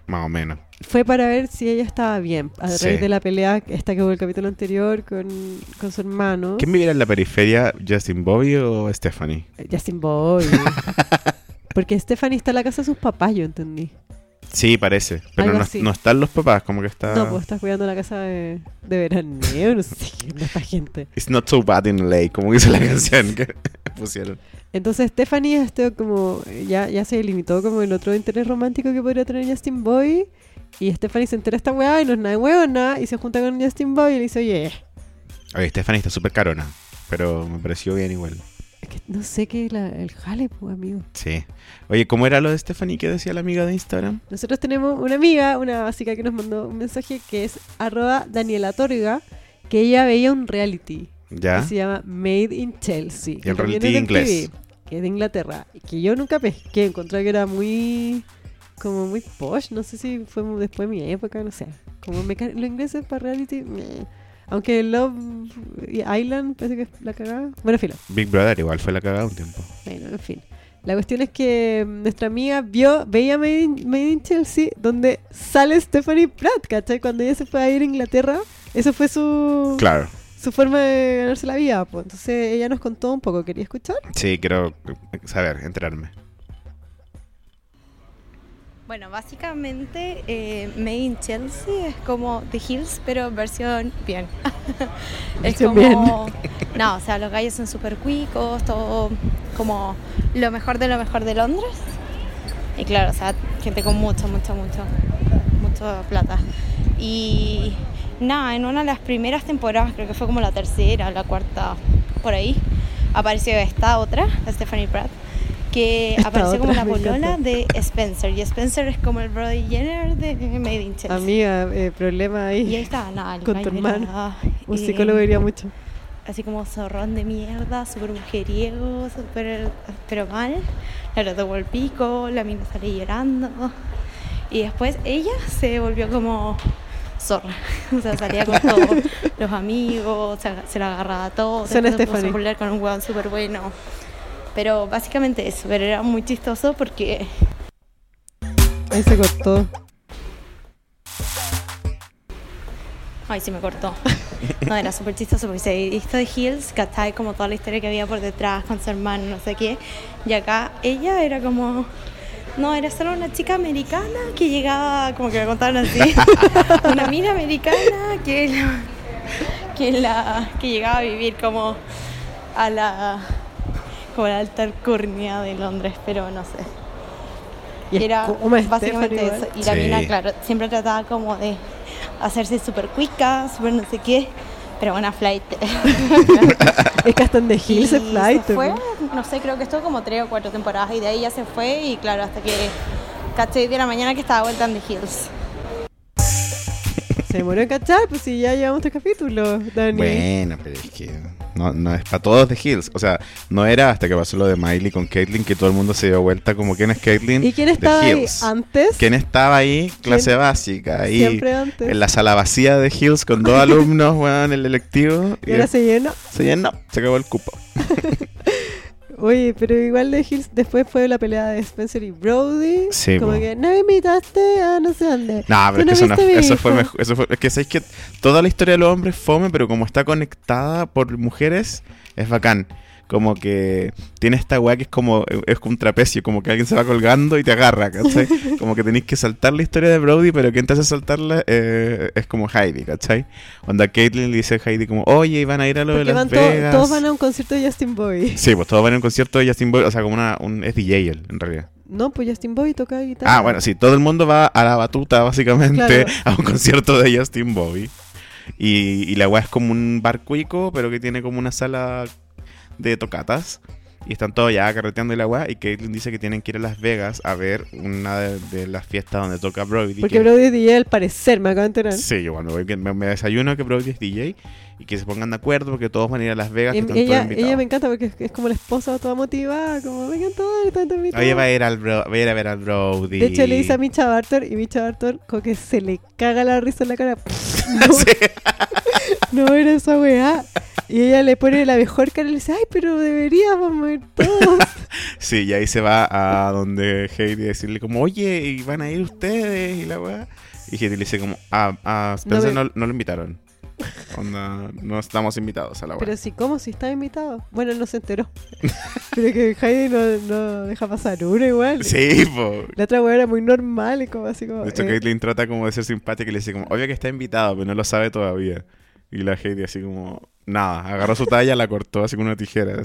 más o menos. Fue para ver si ella estaba bien, a Sí. raíz de la pelea esta que hubo el capítulo anterior con su hermano. ¿Quién viviera en la periferia, Justin Bobby o Stephanie? Justin Bobby. Porque Stephanie está en la casa de sus papás, yo entendí. Sí, parece. Pero Algo no, así. no están los papás, como que está... No, pues está cuidando la casa de veraneo, no sé qué onda esta gente. It's not so bad in LA, como dice la canción que pusieron. Entonces Stephanie como ya se limitó como el otro interés romántico que podría tener Justin Bobby. Y Stephanie se entera de esta weá y no es nada de huevo, nada. Y se junta con Justin Bobby y le dice, oye, Oye, Stephanie está súper carona, pero me pareció bien igual. es que no sé qué el jale, pues, amigo. Sí. Oye, ¿cómo era lo de Stephanie que decía la amiga de Instagram? Nosotros tenemos una amiga, una básica que nos mandó un mensaje que es @DanielaTorga, que ella veía un reality ¿Ya? que se llama Made in Chelsea. Y que el también reality es de inglés. MTV, que es de Inglaterra. Y que yo nunca pesqué, encontré que era muy posh, no sé si fue después de mi época, no sé. Como los ingleses para reality, meh. Aunque Love Island parece que es la cagada. Bueno, filo. Big Brother igual fue la cagada un tiempo. Bueno, en fin. La cuestión es que nuestra amiga veía Made in Chelsea, donde sale Stephanie Pratt, ¿cachai? Cuando ella se fue a ir a Inglaterra, eso fue su Claro. forma de ganarse la vida. Pues. Entonces ella nos contó un poco, ¿quería escuchar? Sí, quiero saber, enterarme. Bueno, básicamente Made in Chelsea es como The Hills, pero versión bien. Es Versión como... No, o sea, los gallos son súper cuicos, todo como lo mejor de Londres. Y claro, o sea, gente con mucha plata. Y nada, en una de las primeras temporadas, creo que fue como la tercera o la cuarta, por ahí, apareció esta otra, Stephanie Pratt, que Esta apareció como otra, la me polola encanta. de Spencer. Y Spencer es como el Brody Jenner de Made in Chelsea. Amiga, problema Y ahí ahí está, nada, el con tu gallo hermano. era, Un psicólogo diría mucho. así como zorrón de mierda, súper mujeriego, súper, pero mal. Le retuvo el pico, la mina sale llorando. Y después ella se volvió como zorra. O sea, salía con todos los amigos, se la agarraba a todos. Son después se puso Stephanie. a pelear con un huevón súper bueno. Pero básicamente eso, pero era muy chistoso porque Ahí se cortó. ay, se me cortó. No, era súper chistoso porque se visto de Hills, ¿cachai? Como toda la historia que había por detrás con su hermano, no sé qué. Y acá ella era como... No, era solo una chica americana que llegaba, como que me contaron así. Una mina americana que llegaba a vivir como a la alta alcurnia de Londres, pero no sé. Y es Era como básicamente Stephanie, eso. igual. Y la Sí. mina, claro, siempre trataba como de hacerse súper cuica, súper no sé qué, pero una flight. Es que hasta en The Hills Y es flight. se fue, ¿no? no sé, creo que estuvo como 3 o 4 temporadas y de ahí ya se fue y claro, hasta que caché de la mañana que estaba vuelta en The Hills. Se demoró en cachar, pues si ya llevamos 3 capítulos, Dani. Bueno, pero es que no es para todos de Hills. O sea, no era hasta que pasó lo de Miley con Caitlyn que todo el mundo se dio vuelta como quién es Caitlyn. ¿Y quién The estaba ahí Hills. antes? ¿Quién estaba ahí? Clase básica. Ahí Siempre antes. en la sala vacía de Hills con 2 alumnos, weón, en el electivo. Y ahora se llenó. se llenó, se acabó el cupo. Oye, pero igual de Hills después fue la pelea de Spencer y Brody. Sí, como po. que no me invitaste a no sé dónde. No, pero ¿Tú es que viste mi eso fue hijo? mejor. Es que sabéis que toda la historia de los hombres fome, pero como está conectada por mujeres, es bacán. Como que tiene esta weá que es como un trapecio, como que alguien se va colgando y te agarra, ¿cachai? Como que tenéis que saltar la historia de Brody, pero quien te hace saltarla es como Heidi, ¿cachai? Onda Caitlyn le dice a Heidi como, oye, van a ir a lo de Porque Las van Vegas. todos van a un concierto de Justin Bobby. Sí, pues todos van a un concierto de Justin Bieber, o sea, como es DJ él, en realidad. No, pues Justin Bobby toca guitarra. Ah, bueno, sí, todo el mundo va a la batuta, básicamente, Claro. a un concierto de Justin Bobby. Y la weá es como un bar cuico, pero que tiene como una sala de tocatas. Y están todos ya carreteando y la weá. Y Caitlyn dice que tienen que ir a Las Vegas a ver una de las fiestas donde toca Brody. Porque que- Brody es DJ al parecer, me acabo de enterar. Sí, yo cuando voy, me desayuno que Brody es DJ y que se pongan de acuerdo porque todos van a ir a Las Vegas. Que están todos Ella invitados. me encanta porque es como la esposa toda motivada, como me encanta ver, tanto invitado. Oye, va a ir a ver al Brody. De hecho, le dice a Misha Barton y Misha Barton como que se le caga la risa en la cara. No, Sí. no era esa weá. Y ella le pone la mejor cara y le dice, ay, pero deberíamos ir todos. Sí, y ahí se va a donde Heidi a decirle como, oye, ¿y van a ir ustedes? Y la weá. Y Heidi le dice como, a Spencer no lo invitaron. Onda, no estamos invitados a la weá. Pero sí, ¿cómo si está invitado? Bueno, él no se enteró. Pero que Heidi no deja pasar uno igual. Sí, po. La otra weá era muy normal y como así como... De hecho, Caitlyn trata como de ser simpática y le dice como, obvio que está invitado, pero no lo sabe todavía. Y la Heidi así como, nada, agarró su talla, la cortó así con una tijera.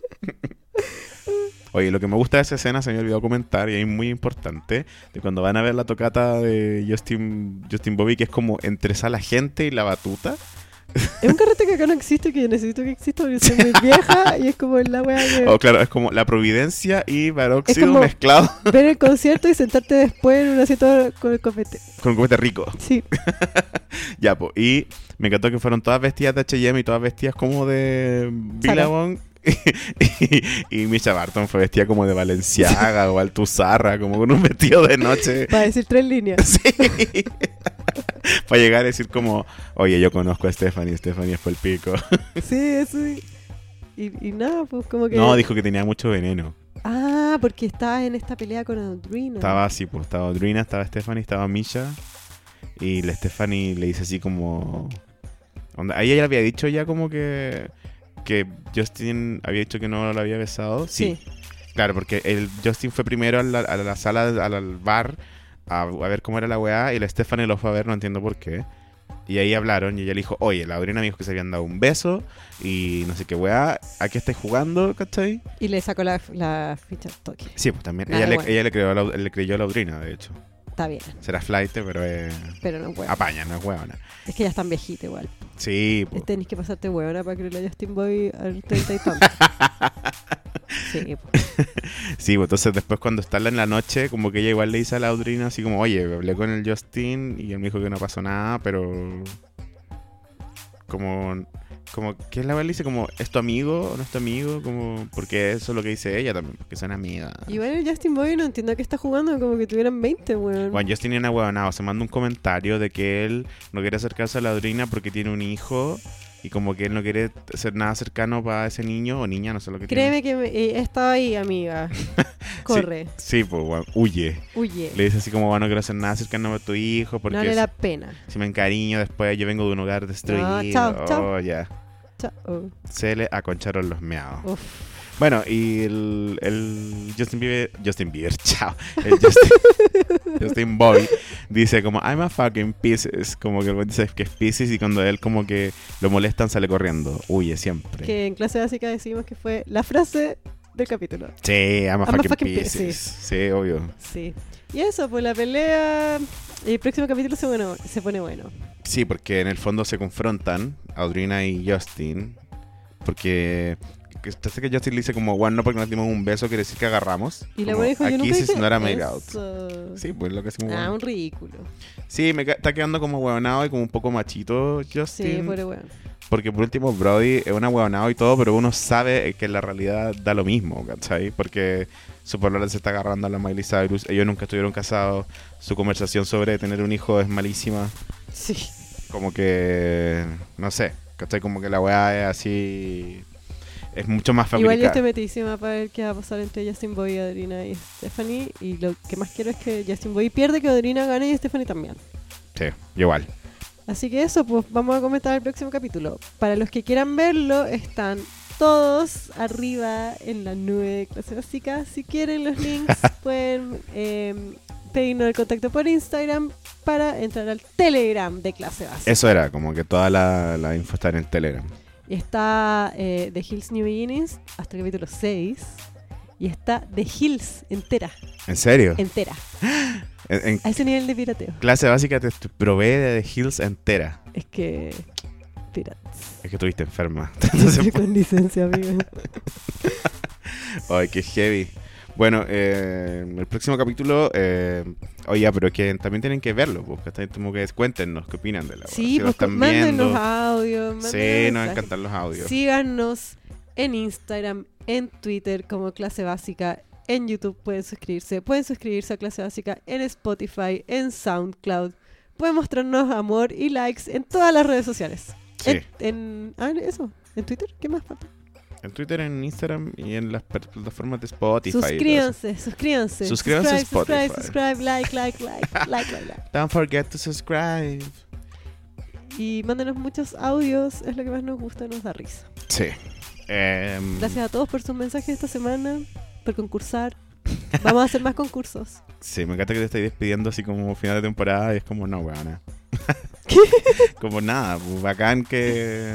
Oye, lo que me gusta de esa escena, se me olvidó comentar, y es muy importante, de cuando van a ver la tocata de Justin Bobby, que es como entre la gente y la batuta. Es un carrete que acá no existe, que yo necesito que exista porque soy muy vieja y es como la wea de... Oh, claro, es como la Providencia y Baróxido como- mezclado Ver el concierto y sentarte después en un asiento con el copete. con un copete rico. Sí. Ya, pues, y me encantó que fueron todas vestidas de H&M y todas vestidas como de Billabong. Y Misha Barton fue vestida como de Balenciaga o Altuzarra, como con un vestido de noche. Para decir 3 líneas. Sí. Para llegar a decir como, oye, yo conozco a Stephanie es el pico. Sí, eso. Y nada, pues como que... No, dijo que tenía mucho veneno. Ah, porque estaba en esta pelea con Audrina. Estaba así, pues, estaba Audrina, estaba Stephanie, estaba Misha. Y la Stephanie le dice así como... A ella le había dicho ya como que Justin había dicho que no lo había besado. Sí. Claro, porque el Justin fue primero a la sala, al bar, a ver cómo era la weá, y la Stephanie lo fue a ver, no entiendo por qué. Y ahí hablaron, y ella le dijo, oye, la Audrina me dijo que se habían dado un beso, y no sé qué weá, ¿a qué estáis jugando, cachai? Y le sacó la ficha al toque. Sí, pues también. Nada, bueno. Ella le creyó a la Audrina, de hecho. Está bien, Será flight, pero pero no huevo. apaña, no es huevona. Es que ya están viejitas igual. Sí, pues. Tenés que pasarte huevona para creerle a Justin Boy al 30 y tanto. Sí, pues. Sí, pues entonces después cuando está en la noche, como que ella igual le dice a la Audrina así como, oye, hablé con el Justin y él me dijo que no pasó nada, pero... Como que la le dice como, ¿es tu amigo o no es tu amigo? Como, porque eso es lo que dice ella también, porque son amigas. Igual el Justin Boy no entiendo a qué está jugando, como que tuvieran 20, weón. Bueno, Justin tiene una huevonada, se manda un comentario de que él no quiere acercarse a la Audrina porque tiene un hijo y como que él no quiere ser nada cercano para ese niño o niña, no sé lo que Créeme que estaba ahí, amiga. Corre. Sí, pues, bueno, huye. Huye. Le dice así como, bueno, no quiero hacer nada cercano a tu hijo porque No vale la pena. si me encariño después yo vengo de un hogar destruido. No, chao, chao. Oh, ya. Chao. Se le aconcharon los meados. Uf. Bueno, y el Justin Bieber, chao. El Justin Boy dice como, I'm a fucking Pisces. Como que él dice que es Pisces y cuando él como que lo molestan sale corriendo. Huye siempre. Que en clase básica decimos que fue la frase del capítulo. Sí, I'm a fucking Pisces. Pisces. Sí, obvio. Sí. Y eso, pues la pelea... El próximo capítulo se pone bueno. Sí, porque en el fondo se confrontan Audrina y Justin. Porque sé que Justin le dice como, bueno, no porque nos dimos un beso quiere decir que agarramos. Y la Como, buena dijo, yo aquí nunca sí dije no era made out. eso. Sí, pues lo que hacemos. Ah, bueno. un ridículo. Sí, está quedando como huevonado y como un poco machito Justin. Sí, pobre weón. Porque por último Brody es una huevonado y todo, pero uno sabe que en la realidad da lo mismo, ¿cachai? Porque su polola se está agarrando a la Miley Cyrus, ellos nunca estuvieron casados, su conversación sobre tener un hijo es malísima. Sí. Como que, no sé, ¿cachai? Como que la weá es así, es mucho más fabricada. Igual yo estoy metidísima para ver qué va a pasar entre Justin Boy, Audrina y Stephanie. Y lo que más quiero es que Justin Boy pierda, que Audrina gane y Stephanie también. Sí, igual. Así que eso, pues vamos a comentar el próximo capítulo. Para los que quieran verlo, están todos arriba en la nube de Clase Básica. Si quieren los links, pueden pedirnos el contacto por Instagram para entrar al Telegram de Clase Básica. Eso era, como que toda la info está en el Telegram. Y está The Hills New Beginnings hasta el capítulo 6. Y está The Hills entera. ¿En serio? Entera. En A ese nivel de pirateo. Clase Básica te provee de The Hills entera. Es que... Piratas. Es que estuviste enferma. Estoy con licencia, amigo. Ay, qué heavy. Bueno, el próximo capítulo, oye, pero es que también tienen que verlo, porque como que cuéntenos qué opinan de la Sí, si lo pues están mándenos viendo. audio. Sí, mándenos nos mensajes. encantan los audios. Síganos en Instagram, en Twitter como Clase Básica. En YouTube pueden suscribirse a Clase Básica en Spotify, en SoundCloud. Pueden mostrarnos amor y likes en todas las redes sociales. Sí. Eso, en Twitter, ¿qué más falta? En Twitter, en Instagram y en las plataformas de Spotify. Suscríbanse. Suscríbanse a Spotify. Subscribe, like. Don't forget to subscribe. Y mándenos muchos audios, es lo que más nos gusta, nos da risa. Sí. Gracias a todos por sus mensajes esta semana, por concursar. Vamos a hacer más concursos. Sí, me encanta que te estés despidiendo así como final de temporada y es como, no, weona. Como nada, pues, bacán que...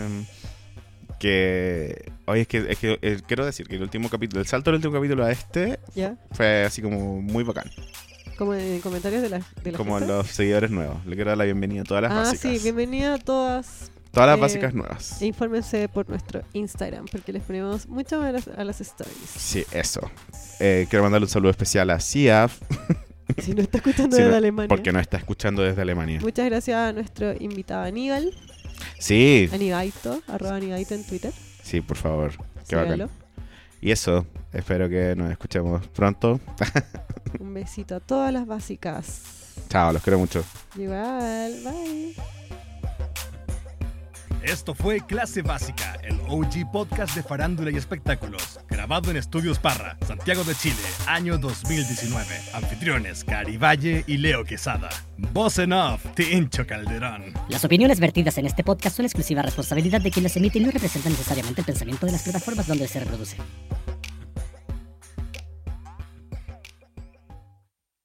Oye, es que quiero decir que el último capítulo, el salto del último capítulo a este ¿Ya? fue así como muy bacán. Como en comentarios de la como gente. los seguidores nuevos. Le quiero dar la bienvenida a todas las básicas. Sí, bienvenida a todas. Todas las básicas nuevas. Infórmense por nuestro Instagram, porque les ponemos mucho a las stories. Sí, eso. Quiero mandarle un saludo especial a Siaf. Si no está escuchando desde Alemania. Porque no está escuchando desde Alemania. Muchas gracias a nuestro invitado Aníbal. Sí. Anigaito, @Anigaito en Twitter. Sí, por favor. Qué Síganlo. bacán. Y eso, espero que nos escuchemos pronto. Un besito a todas las básicas. Chao, los quiero mucho. Igual, bye. Esto fue Clase Básica, el OG podcast de farándula y espectáculos, grabado en Estudios Parra, Santiago de Chile, año 2019. Anfitriones, Cari Valle y Leo Quesada. Voz en off, Tincho Calderón. Las opiniones vertidas en este podcast son exclusiva responsabilidad de quien las emite y no representan necesariamente el pensamiento de las plataformas donde se reproduce.